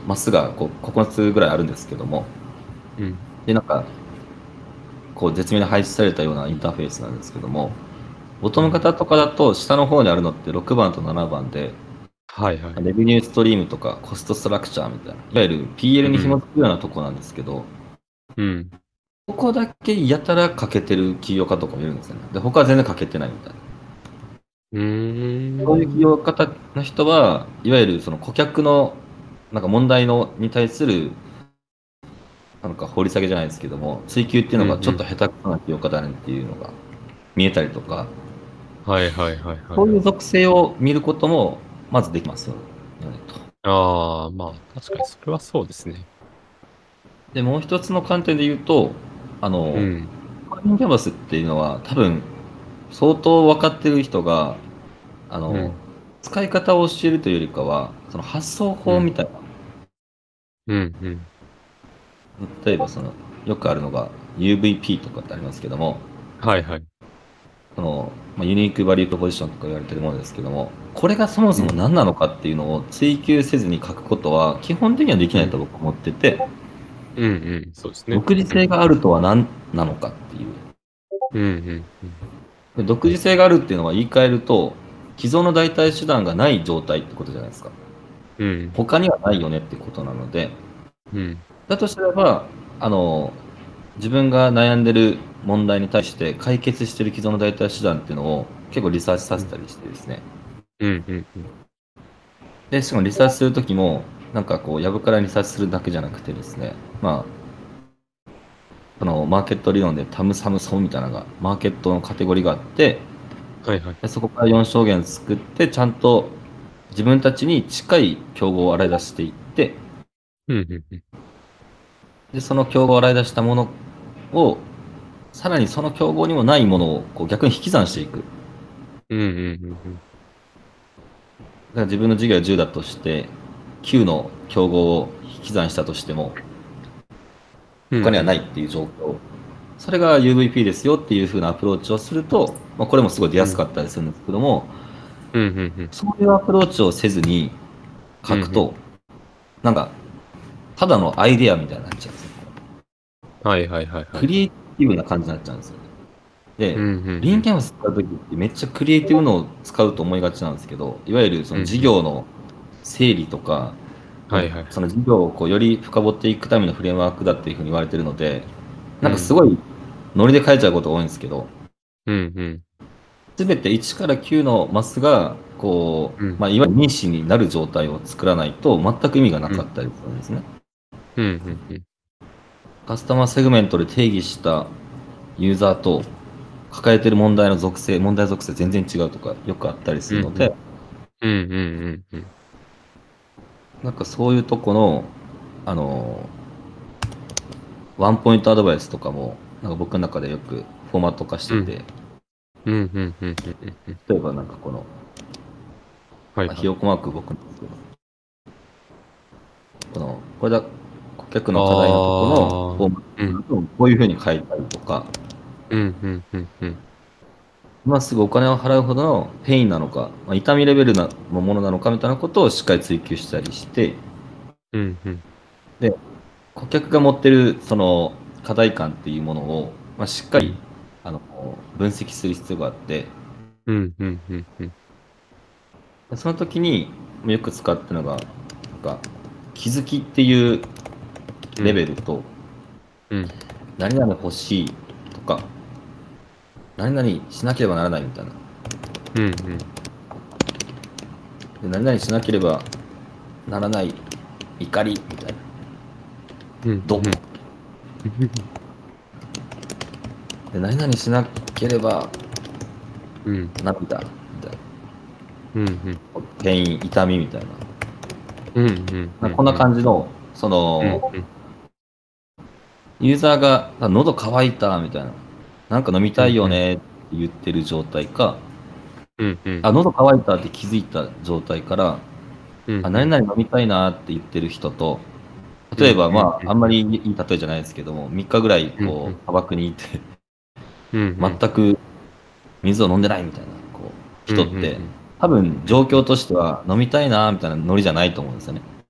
マスがこうここのつぐらいあるんですけども、 うん。 で、なんか、こう絶妙に配置されたようなインターフェースなんですけども、ボトム型とかだと下の方にあるのってろくばんとななばんで、 はいはい。 レベニューストリームとかコストストラクチャーみたいな、いわゆる ピーエル に紐づくようなとこなんですけど、 うん。 ここだけやたら欠けてる起業家とかもいるんですよね。で、他は全然欠けてないみたいな。 うーん。 そういう起業家の人は、いわゆるその顧客のなんか問題のに対するなんか掘り下げじゃないですけども、追求っていうのがちょっと下手くそな起業家だねっていうのが見えたりとか、 はいはいはいはい。 そういう属性を見ることもまずできますよねと。 ああ、まあ、確かにそれはそうですね。 で、もう一つの観点で言うと、あの、 うん。 コーディングキャンバスっていうのは多分相当分かってる人が、あの、 うん。 使い方を教えるというよりかは、その発想うん。 法みたいな。 うん。うん。 例えばその、よくあるのが ユーブイピー とかってありますけども、 はいはい。 その、まあ、ユニークバリュープロポジションとか言われてるものですけども、これがそもそもうん。 何なのかっていうのを追求せずに書くことは基本的にはできうん。 ないと僕は思ってて、 うん。うん。そうですね。 独自うん。 性があるとは何なのかっていう。 うん。うん。うん。 で独自性があるっていうのは言い換えると、既存の代替手段がない状態ってことじゃないですか。 うん。 他にはないよねってことなので、 うん。 だとすれば、あの、自分が悩んでる問題に対して解決してる既存の代替手段っていうのを結構リサーチさせたりしてですね。 うん。うん。うん。 で、しかもリサーチするときも、なんかこう、やぶからリサーチするだけじゃなくてですね、まあ、そのマーケット理論でタムサムソンみたいなのが、マーケットのカテゴリーがあって、 はいはい。 でそこからよん証言作って、ちゃんと自分たちに近い競合を洗い出していって、 うん。うん。うん。 で、その競合を洗い出したものを、さらにその競合にもないものをこう逆に引き算していく。だかうん。うん。うん。 ら自分の事業がじゅうだとして、きゅうの競合を引き算したとしても、 うん。 他にはないっていう状況。それが ユーブイピー ですよっていう風なアプローチをすると、まあ、これもすごい出やすかったりするんですけども、 うん。うん。うん。 そういうアプローチをせずにうん。うん。 書くと、なんか、ただのアイデアみたいになっちゃうんですよ。 はいはいはいはい。 クリエイティブな感じになっちゃうんですよ。で、 うん。うん。うん。 リーンキャンバス使うときってめっちゃクリエイティブのを使うと思いがちなんですけど、いわゆるそのうん。うん。 事業の整理とか、 はいはい。 その事業をこうより深掘っていくためのフレームワークだっていうふうに言われてるので、 うん。 なんかすごいノリで書いちゃうことが多いんですけど、 うん。うん。 すべていちからきゅうのマスが、こう、 うん。 まあ、いわゆる認識になる状態を作らないと全く意味がなうん。 かったりするんですね。 うん。うん。 カスタマーセグメントで定義したユーザーと抱えてる問題の属性、問題属性全然違うとかよくあったりすうん。 るので、 うん。うん。うん。うん。 なんかそういうとこの、あの、ワンポイントアドバイスとかも、なんか僕の中でよくフォーマット化してうん。 て、 うん。うん。うん。うん。 例えばなんかこの、まあ、 はいはい。 ひよこマーク僕なんですけど、この、これだ、顧客の課題のとこのああ。 フォーマうん。 ットをこういうふうに書いたりとか、 うん。うん。うん。うん。 今すぐお金を払うほどのペインなのか、まあ、痛みレベルのものなのかみたいなことをしっかり追求したりして、 うん。うん。 で、顧客が持ってるその課題感っていうものを、まあ、しっかりうん。 あの分析する必要があって、 うん。うん。うん。うん。 その時によく使ってるのが、なんか気づきっていうレベルと、 うん。 何々欲しいとか、何々しなければならないみたいな。 うん。うん。 で何々しなければならない怒りみたいな。 うん。 どうん。 で何々しなければうん。 涙みたいうん。うん。 な。ペイン、痛みみたいな。 うん。うん。うん。 なんかこんな感じの、そうん。 の、 うん。 ユーザーがあ喉乾いたみたいな。なんか飲みたいうん。うん。 よねって言ってる状態か、 うん。うん。 あ、喉乾いたって気づいた状態から、あ、 うん。うん。 何々飲みたいなって言ってる人と、 うん。 例えば、 うん。 まあ、あんまりいい例えじゃないですけども、みっかぐらい、 うん。 こう、砂漠にいて、 うん。 全く水を飲んでないみたいな、こう、 うん。う人って、 ん。 多分、状況としては、飲みたいなみたいなノリじゃないと思うんですよね。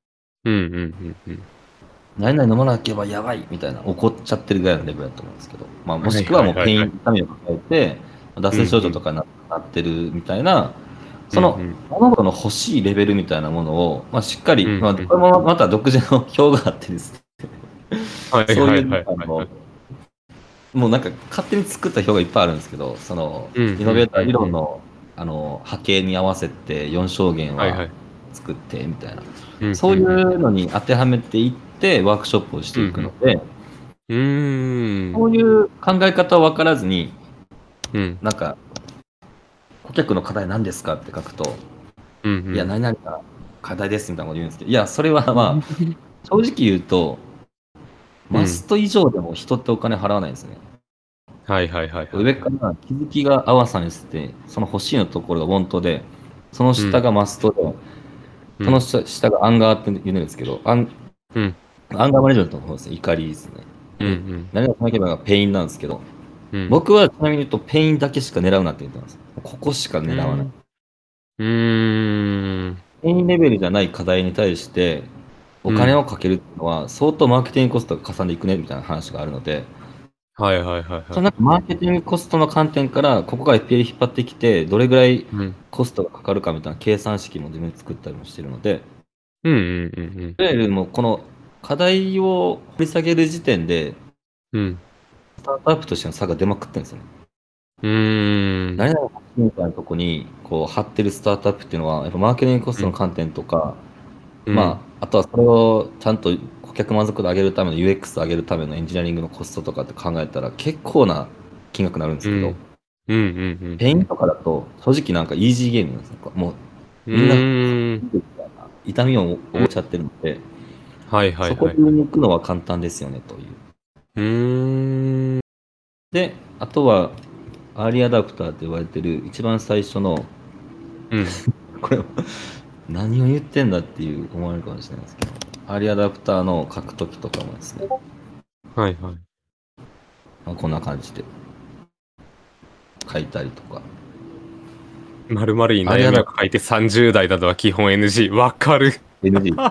うんうんうんうん。 何々飲まなければやばいみたいな、怒っちゃってるぐらいのレベルだと思うんですけど、まあ、もはいしくはもうペイン、 はいはいはい。 痛みを抱えて、脱うんう線症状とん。 かにななってるみたいな、そのうんうん。 物事の欲しいレベルみたいなものを、まあ、しっかり、まあ、 うんうん。 これもまた独自の表があってですね、 はいそういう、 はいはいあの、 はいはい。 もうなんか勝手に作った表がいっぱいあるんですけど、そのうんイノベーターうんうんうん。 理論の、あの波形に合わせてよん象限ははいはい。 作ってみたいな、 うんうそういんうん。 うのに当てはめていってワークショップをしていくのうんで、 うん。うーん。 そういう考え方を分からずに、 うん。 なんか、顧客の課題何ですかって書くと、いや、 うん何々が課題ですみたいなこと言うんですけど、いや、それはうん。 まあ、正直言うと、 うん。 マスト以上でも人ってお金払わないんですね。 はいはいはいはいはい。 上から気づきが合わさにして、その欲しいのところがウォントで、そのうん。 下がマストで、そのうん。 下下がアンガーって言うんですけど、アンうん。 アンガーマネジメントの方ですね、怒りですね。 うんうで、 ん。 何がしなければペインなんですけど、 うん。 僕はちなみに言うと、ペインだけしか狙うなって言ってます。ここしか狙わない。 うん。うーん。 ペインレベルじゃない課題に対して、おうん。 金をかけるっていうのは、相当マーケティングコストがかさんでいくねみたいな話があるので、 はいはいはいはい。 そのなんかマーケティングコストの観点から、ここから エフピーエル 引っ張ってきて、どれぐらいうん。 コストがかかるかみたいな計算式も自分で作ったりもしてるので、 うんうんうんうん。 いわゆるもうこの課題を掘り下げる時点で、 うん。 スタートアップとしての差が出まくってるんですよね。 うーん。 何々が欲しいみたいなとこにこう張ってるスタートアップっていうのは、やっぱマーケティングコスうん。 トの観点とか、 うん。 まあ、あとはそれをちゃんと顧客満足度上げるための ユーエックス 上げるためのエンジニアリングのコストとかって考えたら結構な金額になるんですけど、 うん。うんうんペインとかだと正直なんかイージーゲームなんですよ。もううん。うみんなーん。 痛みをうん。 負っちゃってるので、 はいはいそこはいはい。 に行くのは簡単ですよねという。 うーん。 で、あとはアーリーアダプターと言われてる一番最初の、 うん。 これ何を言ってんだっていう思われるかもしれないですけど、アーリーアダプターの書くときとかもですね、 はいはい。 まあ、こんな感じで書いたりとか。 まるまるに悩アーリーアダプみを抱えてさんじゅう代などは基本 エヌジー。わかる。 ター エヌジー。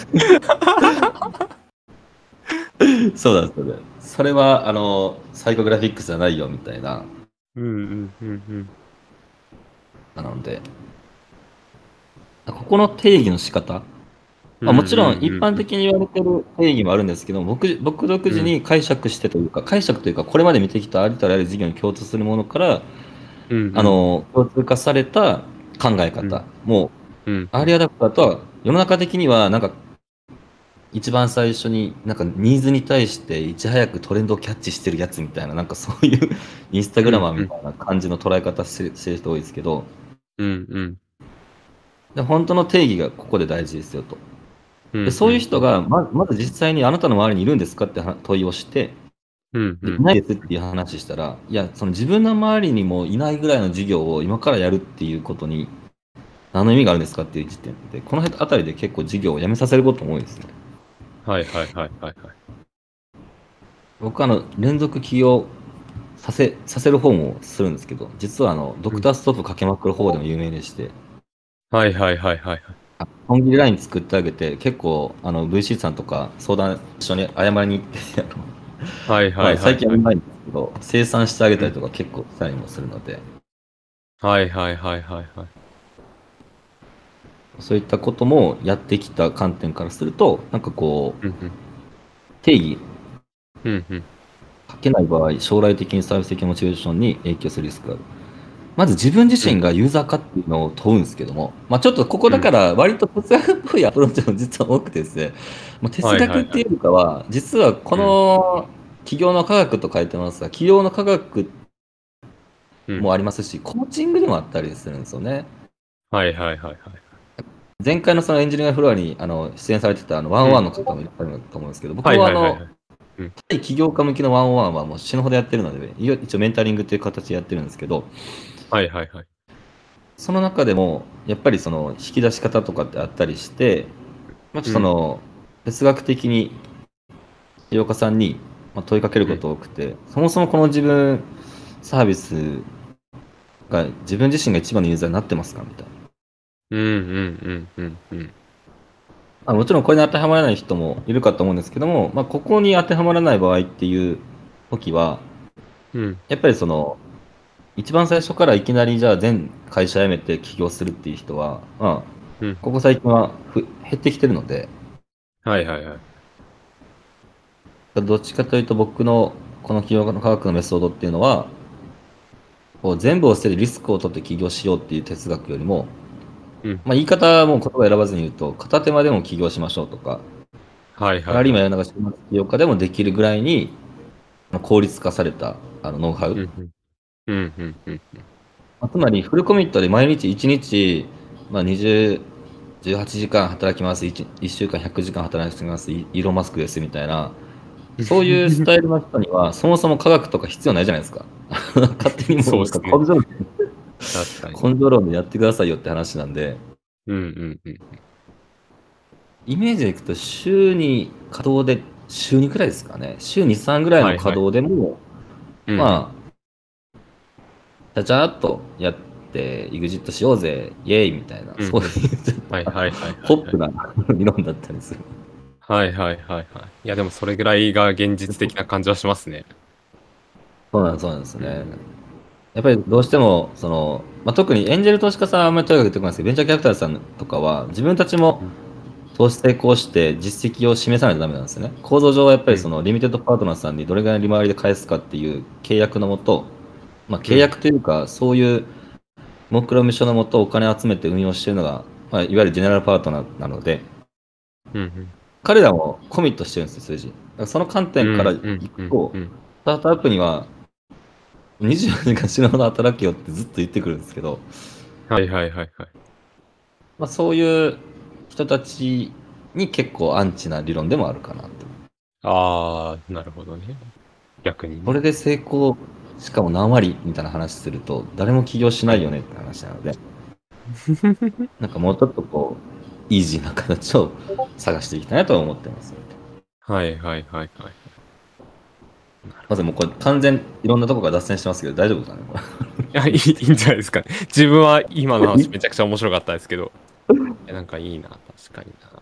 そうなんですよね。それは、あの、サイコグラフィックスじゃないよみたいな、 うんうんうんうん。 なので、ここの定義の仕方、 うんまあ、もちろん一うんうん般的に言われてる定義もあるんですけど、僕僕独うん。 自に解釈してというか、解釈というか、これまで見てきたありとあらゆる事業に共通するものから、 うんうん。 あの、共通化された考えうん方。もう、 うんうん。 アーリーアダプターとは、世の中的には、なんか、一番最初に、なんか、ニーズに対していち早くトレンドをキャッチしてるやつみたいな、なんかそういうインスタグラマーみたいな感じの捉え方してしてる人多いですけど、 うんうんで本当の定義がここで大事ですよと。で、 うんそういう人が、ままず実際にあなたの周りにいるんですかっては問いをして、で、いうんうんないですっていう話したら、いや、その自分の周りにもいないぐらいの授業を今からやるっていうことに、何の意味があるんですかっていう時点で、この辺あたりで結構授業をやめさせることも多いですね。 はいはいはいはいはい。 僕はあの、連続起業させ、させる方もするんですけど、実はあの、ドうんクターストップかけまくる方でも有名でして、 はいはいはいはいはい。 あ本気でライン作ってあげて、結構あの ブイシー さんとか相談一緒に謝りに行ってあのはいはまあいはいはい。 最近はないんですけど、生産してあげうんたりとか結構したりもするので、 はいはいはいはいはい。 そういったこともやってきた観点からすると、なんかこう、 うんうん定義うんうんかけない場合、将来的にサービス的モチベーションに影響するリスクがある。まず自分自うん身がユーザーかっていうのを問うんですけども、まあ、ちょっとここうんだから割と哲学っぽいアプローチも実は多くてですね、もう哲はいはいはい。 学っていうよりかは、実はこうんの企業の科学と書いてますが、企業の科学うんもありますし、コーチングでもあったりするんですよね。 はいはいはいはい。 前回のそのエンジニアフロアにあの出演されてたあのワンオンワンの方もいらっしゃると思うんですけど、僕はいはあのはいはいはい。うん対起業家向きのワンオンワンはもう死ぬほどやってるので、いわ一応メンタリングっていう形でやってるんですけど、 はいはいはい。 その中でもやっぱりその引き出し方とかってあったりして、まあ、ちょっとそうんの哲学的に起業家さんにまあ問いかけるうんこと多くて、そもそもこの自分サービスが自分自身が一番のユーザーになってますかみたいな。 うんうんうんうんうん。 あもちろんこれに当てはまらない人もいるかと思うんですけども、まあ、ここに当てはまらない場合っていう時は、 うん。 やっぱりその、一番最初からいきなりじゃあ全会社辞めて起業するっていう人は、まあ、 うん。 ここ最近はふ減ってきてるので、 はいはいはい。 どっちかというと僕のこの起業の科学のメソッドっていうのは、こう全部を捨ててリスクを取って起業しようっていう哲学よりも、 うん。 まあ、言い方も言葉選ばずに言うと、片手間でも起業しましょうとか、 はいサラリーマンはいはい。 やりながら週末起業家でもできるぐらいにまあ効率化されたあのノウハウ、 うんうん。うんうんうん。 まあつまりフルコミットで毎日いちにち、まあ、にじゅう、じゅうはちじかん働きます、1, いっしゅうかんひゃくじかん働きます、イイーロン・マスクですみたいな、そういうスタイルの人には、そもそも科学とか必要ないじゃないですか。勝手にもうなんそうですね。 か根性論確かに。 根性論でやってくださいよって話なんで、 うんうんうん。 イメージでいくと週に稼働で、週にくらいですかね、週に、さんぐらいの稼はいはい。 働でも、 うんうん。 まあ、ちゃちゃっとやって、エグジットしようぜ、イエーイみたいな、 うんうん。 そういうはいはいはいはいはい。 ホップな理論だったりする。 はいはいはいはい。いやでもそれぐらいが現実的な感じはしますね。 そうなんそうなんですね。 うんやっぱりどうしても、その、まあ、特にエンジェル投資家さんはあんまりとにかく言ってこないですけど、ベンチャーキャピタルさんとかは、自分たちもうん投資成功して実績を示さないとダメなんですよね。構造上はやっぱうんりそのリミテッドパートナーさんにどれぐらい利回りで返すかっていう契約のもと、まあ、契うん約というか、そういう目論見書のもとお金を集めて運用しているのが、まあ、いわゆるジェネラルパートナーなので、 うん彼らもコミットしてるんですよ、数字。だからその観う点からいんうんうくと、 んうん。 スタートアップにはにじゅうよじかん死ぬほど働けよってずっと言ってくるんですけど、 はいはいはいはい。 まあ、そういう人たちに結構アンチな理論でもあるかなと。 ああ、なるほどね。逆にね。 これで成功、しかも何割みたいな話すると、誰も起業しなはい。 いよねって話なので、なんかもうちょっとこう、イージーな形を探していきたいなとは思ってます。 はいはいはいはい。 まずもうこれ完全いろんなとこから脱線してますけど、大丈夫かなこいや、いい、いいんじゃないですかね。自分は今のれ話めちゃくちゃ面白かったですけど。いやなんかいいな、確かにな。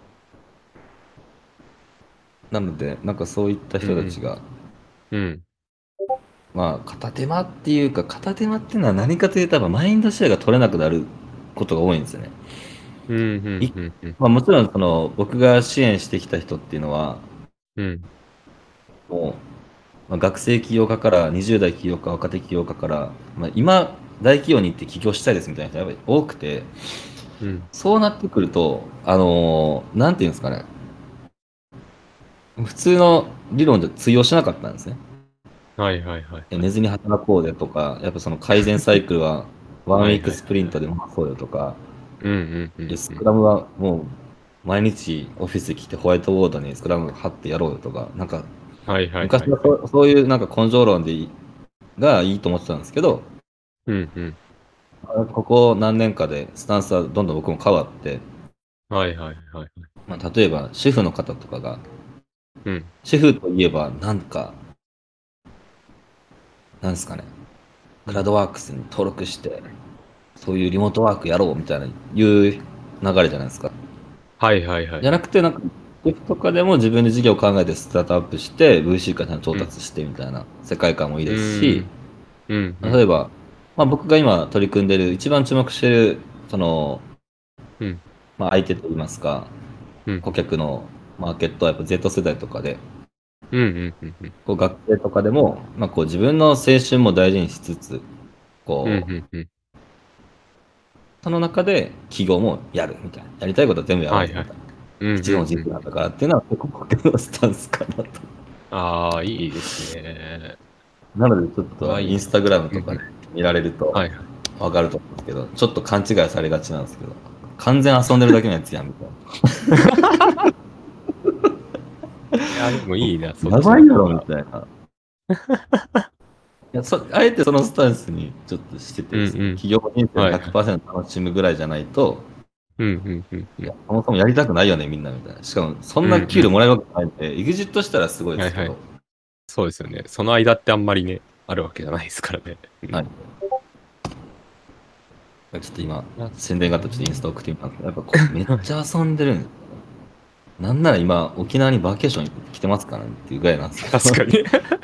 なので、なんかそういった人たちが、 うん。 まあ、片手間っていうか、片手間っていうのは何かというと、やっぱマインドシェアが取れなくなることが多いんですよね。 うん、うん、 いうん、うん。 まあ、もちろんその僕が支援してきた人っていうのは、 うん。 もう、まあ、学生起業家からにじゅう代起業家、若手起業家から、まあ、今、大企業に行って起業したいですみたいな人がやっぱり多くて、 うん。 そうなってくると、あのーなんていうんですかね、普通の理論で通用しなかったんですね。 はいはいはいはい。 寝ずに働こうでとか、やっぱその改善サイクルはワンウはいィークスプリンはいはいはい。 トで回そうよとか、 うんうんうでんうん。 スクラムはもう毎日オフィス来てホワイトボードにスクラム貼ってやろうよとか、なんかはいはいはいはい。 昔はそうそういうなんか根性論でいいがいいと思ってたんですけど、 うんうん。 ここ何年かでスタンスはどんどん僕も変わって、 はいはいはいはい。 まあ、例えば主婦の方とかが、 うん。 主婦といえばなんか、なんですかね、クラウドワークスに登録して、そういうリモートワークやろうみたいないう流れじゃないですか。 はいはいはいはい。 じゃなくて、なんか、主婦とかでも自分で事業を考えてスタートアップして、ブイシー から調うん。 達してみたいな世界観もいいうですし、 ん。うんうん。 例えば、まあ、僕が今取り組んでる、一番注目してる、その、 うん。 まあ、相手といいますか、 うん。 顧客のマーケットはやっぱ Z 世代とかで、 うんうんうんうん。 こう学生とかでも、まあ、こう自分の青春も大事にしつつ、 うんこう、 うんうん。 その中で企業もやるみたいな。やりたいことは全部やろうはいはい。 ぜみたいな。 うん一度のうんうん。 人生なんだからっていうのは結構僕のスタンスかなと。 ああ、いいですね。 なのでちょっうわ、いいな。 とインスタグラムとかでうんうん。 見られるとはいはい。 わかると思うんですけど、ちょっと勘違いされがちなんですけど、完全遊んでるだけのやつやんみたいいや、でもいいな、そな。 っちやばいやろみの方が。 たいな。いやそあえてそのスタンスにちょっとしててですね、 うんうん。 企業人生のはいはい。 ひゃくパーセント楽しむぐらいじゃないと、 うんうんうんういやん。 そもそもやりたくないよね、みんなみたいな。しかも、そんなうんうん。 給料もらえるわけないんで、エグジットしたらすごいですけど、 はいはい。そうですよね。その間ってあんまりね、あるわけじゃないですからね。うん。 はい。ちょっと今、 あ宣伝があったらちょっとインスタ送ってみたんですけど、やっぱこうめっちゃ遊んでるんですよ。 なんなら今、沖縄にバケーション来てますからねっていうぐらいなんですけど。 確かに。い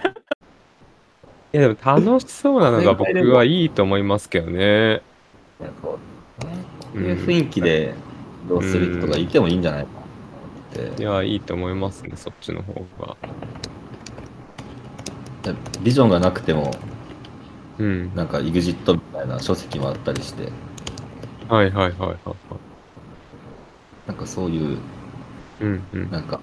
や、でも楽しそうなのが僕はいいと思いますけどね。 いやこうねこういううん。 雰囲気でどうする人がいてもいいんじゃないかなって。 いや、いいと思いますね、そっちの方が。 ビジョンがなくても、 うん。 なんか イグジット みたいな書籍もあったりして、 はいはいはいはいはい。 なんかそういう、 うんうん。 なんか、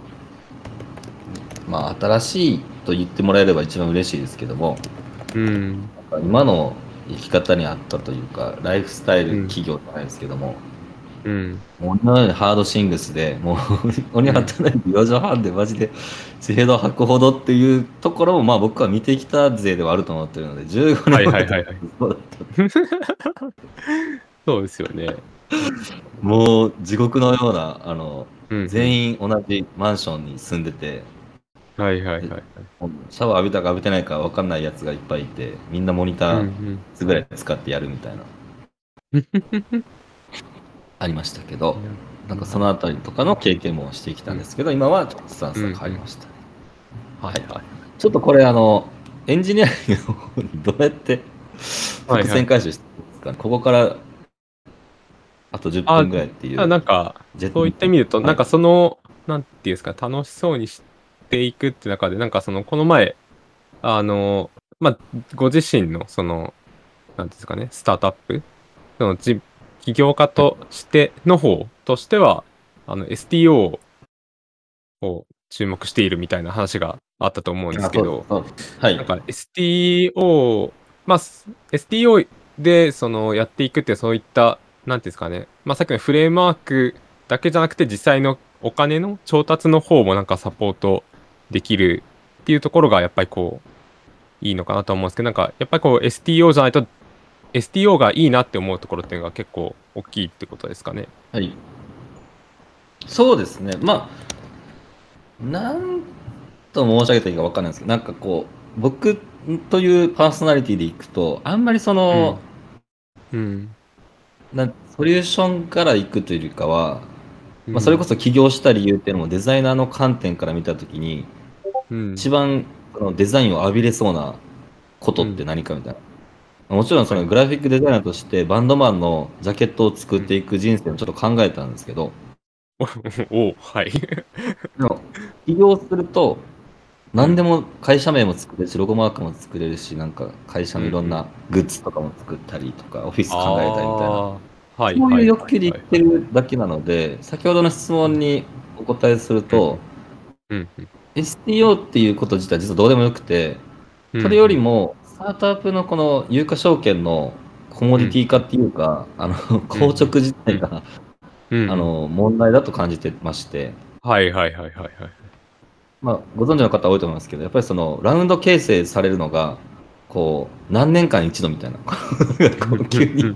まあ新しいと言ってもらえれば一番嬉しいですけども、 うん。 なんか今の生き方に合ったというか、ライフスタイルうん企業じゃないですけども、 うん。 もう今までハードシングスで、もう鬼働いてよじはんでマジで地平道吐くほどっていうところも、まあ僕は見てきた勢ではあると思ってるので、じゅうごねんまえとかそうだったそうですよね。 もう地獄のような、あの、 うんうん全員同じマンションに住んでて、 はいはいはいはい。 シャワー浴びたか浴びてないか分かんないやつがいっぱいいて、みんなモニターうんぐらい使ってやるみたいな、 うん。 ありましたけどい、やなんかそのあたりとかの経験もしてきたんですけど、今はちょっとスタンスが変わりました。 はいはい。 ちょっとこれ、あの、エンジニアリングの方にどうやってはいはい伏線回収してるんですかね、ここからあとじゅっぷんぐらいっていう。 あなんか、 ジェッそういった意味でと、 はいなんかその、なんていうんですか、楽しそうにしていくって中で、なんかその、この前、あの、まあ、ご自身の、その、なんていうんですかね、スタートアップ、その、じ起業家としての方としては、あの、エスティーオー を注目しているみたいな話があったと思うんですけど、 あそうですはい。 なんか エスティーオー、まあ、す エスティーオー でそのやっていくってそういった、なんていうんですかね、まあ、さっきのフレームワークだけじゃなくて実際のお金の調達の方もなんかサポートできるっていうところがやっぱりこういいのかなと思うんですけど、なんかやっぱりこう エスティーオー じゃないと エスティーオー がいいなって思うところっていうのが結構大きいってことですかね。 はい。そうですね。まあ、なんと申し上げたらいいか分かんないんですけど、なんかこう、僕というパーソナリティでいくと、あんまりその、 うん。うん。 なんソリューションから行くというよりかは、まあ、それこうん。 そ起業した理由っていうのもデザイナーの観点から見たときに、 うん一番そのデザインを浴びれそうなことって何かみたいな。もちろんそのグラフィックデザイナーとしてバンドマンのジャケットを作っていく人生をちょっと考えたんですけど、 おおはい。 でも起業すると何でも会社名も作れるし、ロゴマークも作れるし、なんか会社のいろんなグッズとかも作ったりとか、オフィス考えたりみたいな、 ああ、はいそうはいはいいう欲求で言ってるだけなので、先ほどの質問にお答えすると、 うんうんエスティーオー っていうこと自体実はどうでもよくて、 うんそれよりもスタートアップのこの有価証券のコモディティ化っていうか、あの硬直自体が、 うんうんあの問題だと感じてまして、 はいはいはいはいはい。 まあ、ご存知の方多いと思いますけど、やっぱりそのラウンド形成されるのが、こう何年間に一度みたいな、こう急に、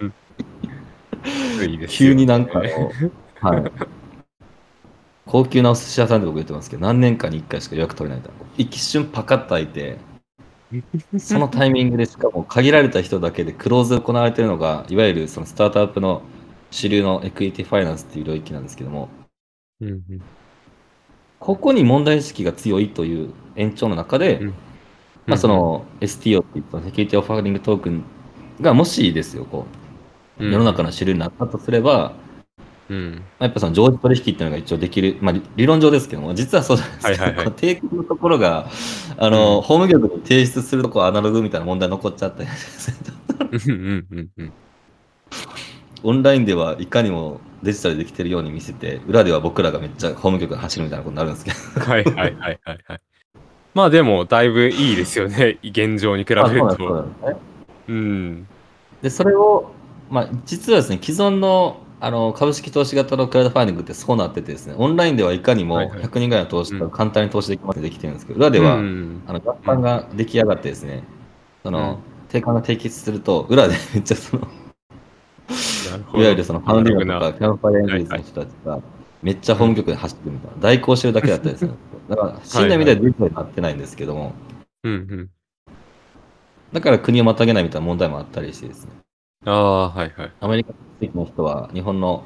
いいです急よねになんかあの、はい、高級なお寿司屋さんで僕言ってますけど、何年間にいっかいしか予約取れないみたいな、一瞬パカッと開いて、そのタイミングでしかも限られた人だけでクローズ行われているのが、いわゆるそのスタートアップの主流のエクイティファイナンスっていう領域なんですけども、 うんうんここに問題意識が強いという延長の中で、 うんまあ、その エスティーオー っていうセキュリティオファーリングトークンがもしですよ、こう世の中の主流になったとすれば、 うんまあ、やっぱその常時取引っていうのが一応できる、まあ、理理論上ですけども、実はそうなんですけど、 はいはいはいこう提供のところが、あの、 うん法務局に提出するところアナログみたいな問題残っちゃったりうんうんうんうんオンラインではいかにもデジタルでできてるように見せて、裏では僕らがめっちゃ法務局に走るみたいなことになるんですけど。 はいはいはいはいはいまあでもだいぶいいですよね現状に比べるあそうなんですそうとなんですね。 うんで、それを、まあ、実はですね、既存のあの株式投資型のクラウドファンディングってそうなっててですね、オンラインではいかにもはいはいひゃくにんぐらいの投資家うんが簡単に投資できますってできてるんですけど、裏でうは、 んあの合版が出来上がってですね、その、 うん定款が締結すると、裏でめっちゃその、 なるほどいわゆるそのファウンディングとか、 アナログなキャンプファイアエンジェルズの人たちが、めっちゃ法務局で走ってるみたいな、代行してるだけだったりするんですよ。だから、真の意味ではデジタルになってないんですけども、 うんうんだから国をまたげないみたいな問題もあったりしてですね、 ああはいはいアメリカの人は日本の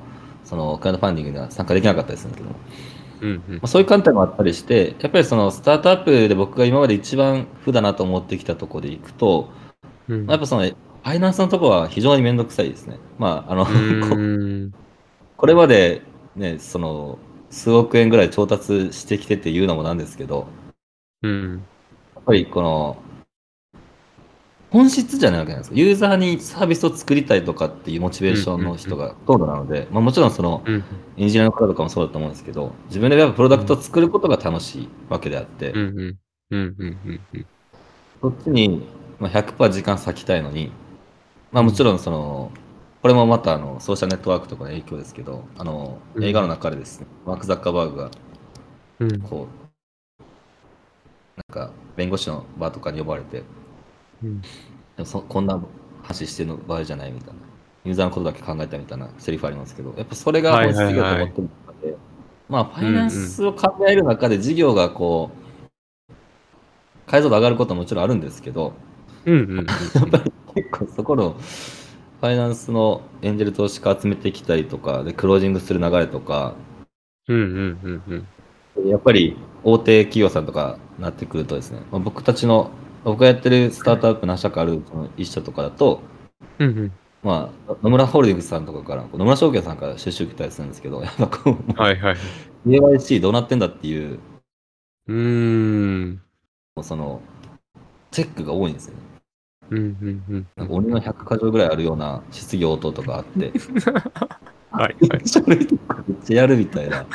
そのクラウドファンディングには参加できなかったりするんだけども、 うんうんまあ、そういう観点もあったりして、やっぱりそのスタートアップで僕が今まで一番負だなと思ってきたところでいくと、 うんまあやっぱそのファイナンスのところは非常にめんどくさいですね。まあ、あのうーんこれまで、ね、その数億円ぐらい調達してきてっていうのもなんですけど、 うんやっぱりこの本質じゃないわけなんですよ。ユーザーにサービスを作りたいとかっていうモチベーションの人がほとんどなので、まあ、もちろんそのうんエンジニアの方とかもそうだと思うんですけど、自分でやっぱプロダクトを作ることが楽しいわけであって、 うんうんうんうんうんうんそっちにまあひゃくパーセント時間割きたいのに、まあ、もちろんその、これもまたあのソーシャルネットワークとかの影響ですけど、あの映画の中でですね、マーク・ザッカーバーグがうんこう、なんか弁護士の場とかに呼ばれて、 うんでもそこんな話してる場合じゃないみたいな、ユーザーのことだけ考えたみたいなセリフありますけど、やっぱそれが本質的だと思ってるので、まあ、ファイナンスを考える中で事業がこう、解像度上がることももちろんあるんですけど、 うんうんうんやっぱり結構そこのファイナンスのエンジェル投資家集めてきたりとか、でクロージングする流れとか、 うんうんうんうんやっぱり大手企業さんとかなってくるとですね、まあ、僕たちの、僕がやってるスタートアップ何社かあるその一社とかだと、 うんうんまあ、野村ホールディングスさんとかから、野村証券さんから出資受けたりするんですけど、やっぱこう、 はいはい。 ケーワイシー どうなってんだっていう、 うーん。 その、チェックが多いんですよね。 うんうんうんなんか鬼のひゃくかじょうぐらいあるような質疑応答とかあって、 はいはい。 書類とかめっちゃやるみたいな。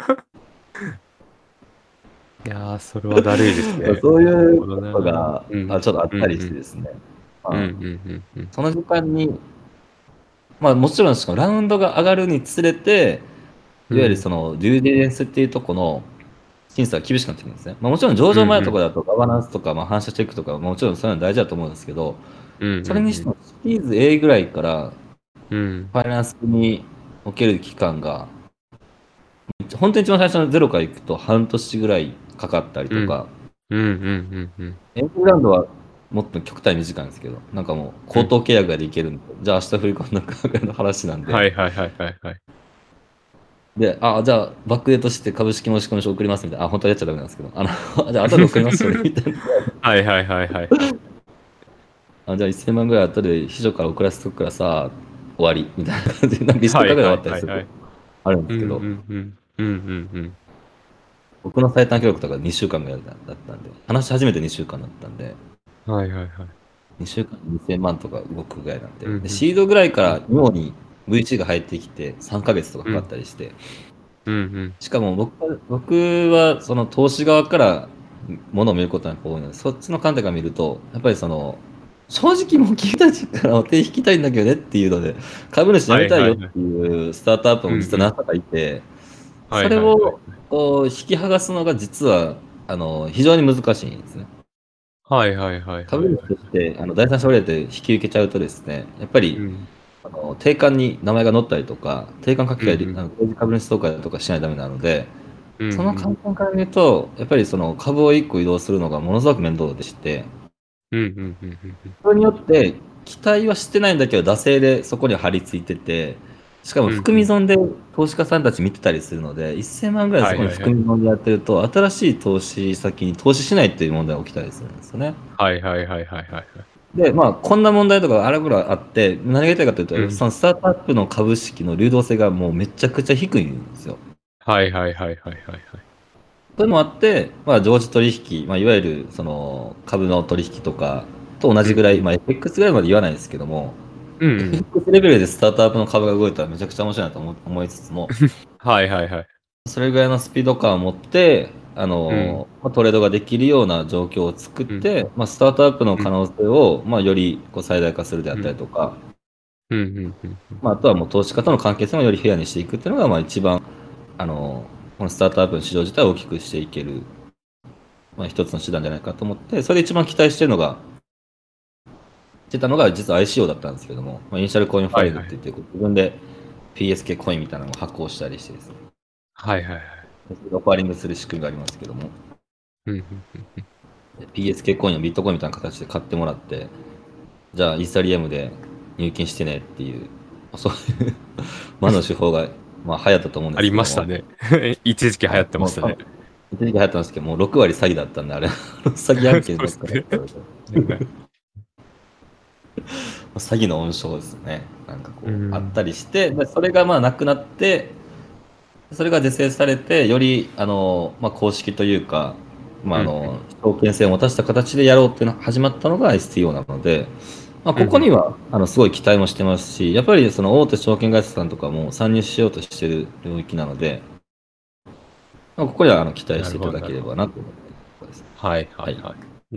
いやー、それはだるいですね。 そういうこなるほどねとが、 うんあちょっとあったりしてですね。まあうんうんうんうんその時間に、まあもちろんしかもラウンドが上がるにつれて、いわゆるそのデューディリジェンスっていうとこの審査が厳しくなってくるんですね。まあ、もちろん上場前とかだとガバナンスとかまあ反射チェックとかもちろんそういうの大事だと思うんですけど、 うんそれにしてもシリーズ A ぐらいからうんファイナンスにおける期間が、本当に一番最初のゼロからいくと半年ぐらいかかったりとか、 うんうんうんうんエントリーラウンドはもっと極端に短いんですけど、なんかもう口頭契約ができるんで、じゃあ明日振り込んだかぐらいの話なんで、 はいはいはいはいはい。 で、あ、じゃあバックデートして株式申し込み書送りますみたいな、あ、本当はやっちゃダメなんですけど、あの、じゃあ後で送りますよねみたいな。 はいはいはいはい。 あ、じゃあせんまんぐらい後で秘書から送らせとくからさ、終わりみたいな感じで、なんかリストだけで終わったりするとあるんですけど、 うんうんうんうんうんうん僕の最短記録とかにしゅうかんぐらいだったんで、話し始めてにしゅうかんだったんで、 はいはいはい。 にしゅうかんでにせんまんとか動くぐらいなんで、 うんうんでシードぐらいから妙に ブイシー が入ってきてさんかげつとかかかったりして、 うんうんしかも僕は僕はその投資側からものを見ることが多いので、そっちの観点から見ると、やっぱりその、正直もう君たちからお手引きたいんだけどねっていうので、株主辞めたいよっていうスタートアップも実は何社かいて、それをこう引き剥がすのが実はあの非常に難しいんですね。 はいはいはいはい。 株主としてあの第三者割合で引き受けちゃうとですね、やっぱり、 うんあの定款に名前が載ったりとか、定款書き換え、 うんうんあの公示株主総会とかしないとダメなので、 うんうんその観点から見ると、やっぱりその株をいっこ移動するのがものすごく面倒でして、 うんうんうんうんそれによって期待はしてないんだけど、惰性でそこに張り付いてて、しかも含み損で投資家さんたち見てたりするので、せんまんぐらいそこに含み損でやってると、新しい投資先に投資しないっていう問題が起きたりするんですよね。 はいはいはいはいはいはい。 で、まあ、こんな問題とかあらぐらあって、何が言いたいかというと、 うんそのスタートアップの株式の流動性がもうめちゃくちゃ低いんですよ。 はいはいはいはいはいはい。 そういうのもあって、まあ、常時取引、まあ、いわゆるその株の取引とかと同じぐらい、まあ、エフエックス ぐらいまで言わないですけども、 うんうエフエッん。 クス レベルでスタートアップの株が動いたらめちゃくちゃ面白いなと思思いつつも、 はいはいはい。 それぐらいのスピード感を持って、あのまあ、トレードができるような状況を作って、まあ、スタートアップの可能性を、まあ、よりこう最大化するであったりとか、 うんうんうんまあ、あとはもう投資家との関係性もよりフェアにしていくっていうのが、まあ、一番あのこのスタートアップの市場自体を大きくしていける、まあ、一つの手段じゃないかと思って、それで一番期待してるのが、してたのが実は アイシーオー だったんですけども、まあ、イニシャルコインファイルって言って、自分で ピーエスケー コインみたいなのを発行したりしてですね、 はいはいはい。 オファリングする仕組みがありますけども、 うんうんピーエスケー コインをビットコインみたいな形で買ってもらって、じゃあイーサリアムで入金してねっていう、そういう魔の手法がまあ流行ったと思うんですけど。 ありましたね。一時期流行ってましたね。 一時期流行ってましたけど、もうろく割詐欺だったんで、あれ、詐欺案件ばっかりだったので。詐欺の温床ですね。なんかこう、 うんあったりして、でそれがまあなくなって、それが是正されて、よりあの、まあ、公式というか、まあ、あの証券性を持たせた形でやろうっていうのが始まったのが エスティーオー なので、まあ、ここには、あのすごい期待もしてますし、やっぱりその大手証券会社さんとかも参入しようとしている領域なので、まあ、ここにはあの期待していただければなと思ってます。 はいはいはい。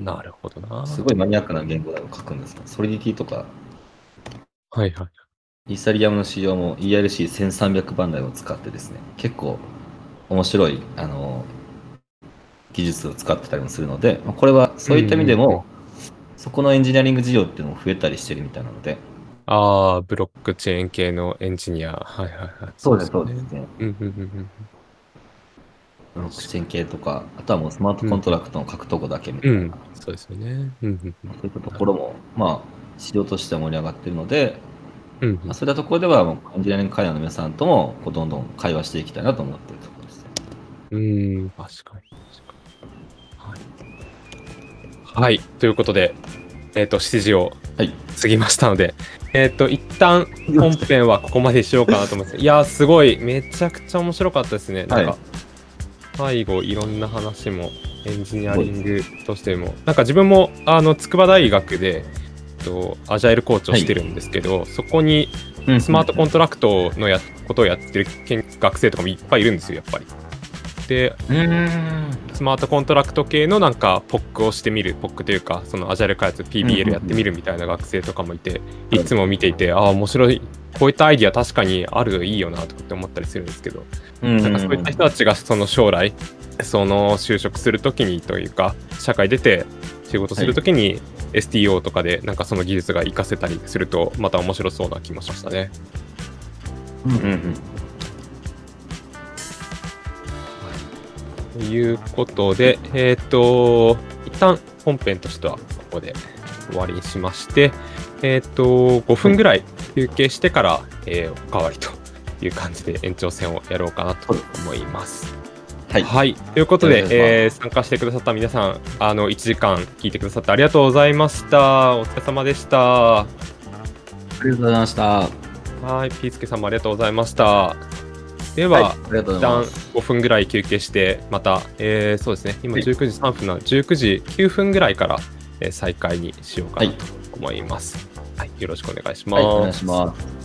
なるほどな。 すごいマニアックな言語で書くんですけど、ソリディティとか、 はいはい。 イーサリアムの仕様も イーアールシーせんさんびゃく 番台を使ってですね、結構面白いあの技術を使ってたりもするので、これはそういった意味でも、そこのエンジニアリング事業っていうのも増えたりしてるみたいなので。 ああ、ブロックチェーン系のエンジニア。はいはいはい。 そうです、そうですね。 うんうんうんうん。 ブロックチェーン系とか、あとはもうスマートコントラクトの書くとこだけみたいな。うん、 そうですよね。うんうんうん、 そういったところも、まあ、市場としては盛り上がっているので、 うんうん、 まあ、そういったところでは、もうエンジニアリング会社の皆さんともこうどんどん会話していきたいなと思っているところです。 うーん、確かに。はい、はい、ということで、えっ、ー、と、しちじを過ぎましたので、はい、えっ、ー、と、一旦本編はここまでしようかなと思います。いやー、すごい、めちゃくちゃ面白かったですね。なんか、はい、最後、いろんな話も、エンジニアリングとしても、なんか自分も、あの、筑波大学で、とアジャイルコーチをしてるんですけど、はい、そこにスマートコントラクトのやことをやってる学生とかもいっぱいいるんですよ、やっぱり。で、うーんスマートコントラクト系のなんか ポック をしてみる、ポック というか、そのアジャイル開発 ピービーエル やってみるみたいな学生とかもいて、いつも見ていて、ああ、面白い、こういったアイディア確かにある、いいよなとかって思ったりするんですけど、なんかそういった人たちがその将来、その就職するときにというか、社会出て仕事するときに、はい、エスティーオー とかでなんかその技術が活かせたりするとまた面白そうな気もしましたね。 うんうんうん。 ということで、えっと一旦本編としてはここで終わりにしまして、えっとごふんぐらい休憩してから、えー、おかわりという感じで延長戦をやろうかなと思います。はい、はい、ということで、えー、参加してくださった皆さん、あのいちじかん聞いてくださってありがとうございました。お疲れ様でした。 ありがとうございました。 はい、ピースケさんもありがとうございました。では、はい、一旦ごふんぐらい休憩して、また、えー、そうですね、今じゅうくじさんぷんなので、じゅうくじきゅうふんぐらいから、えー、再開にしようかなと思います。はい、はい、よろしくお願いします。 はい、お願いします。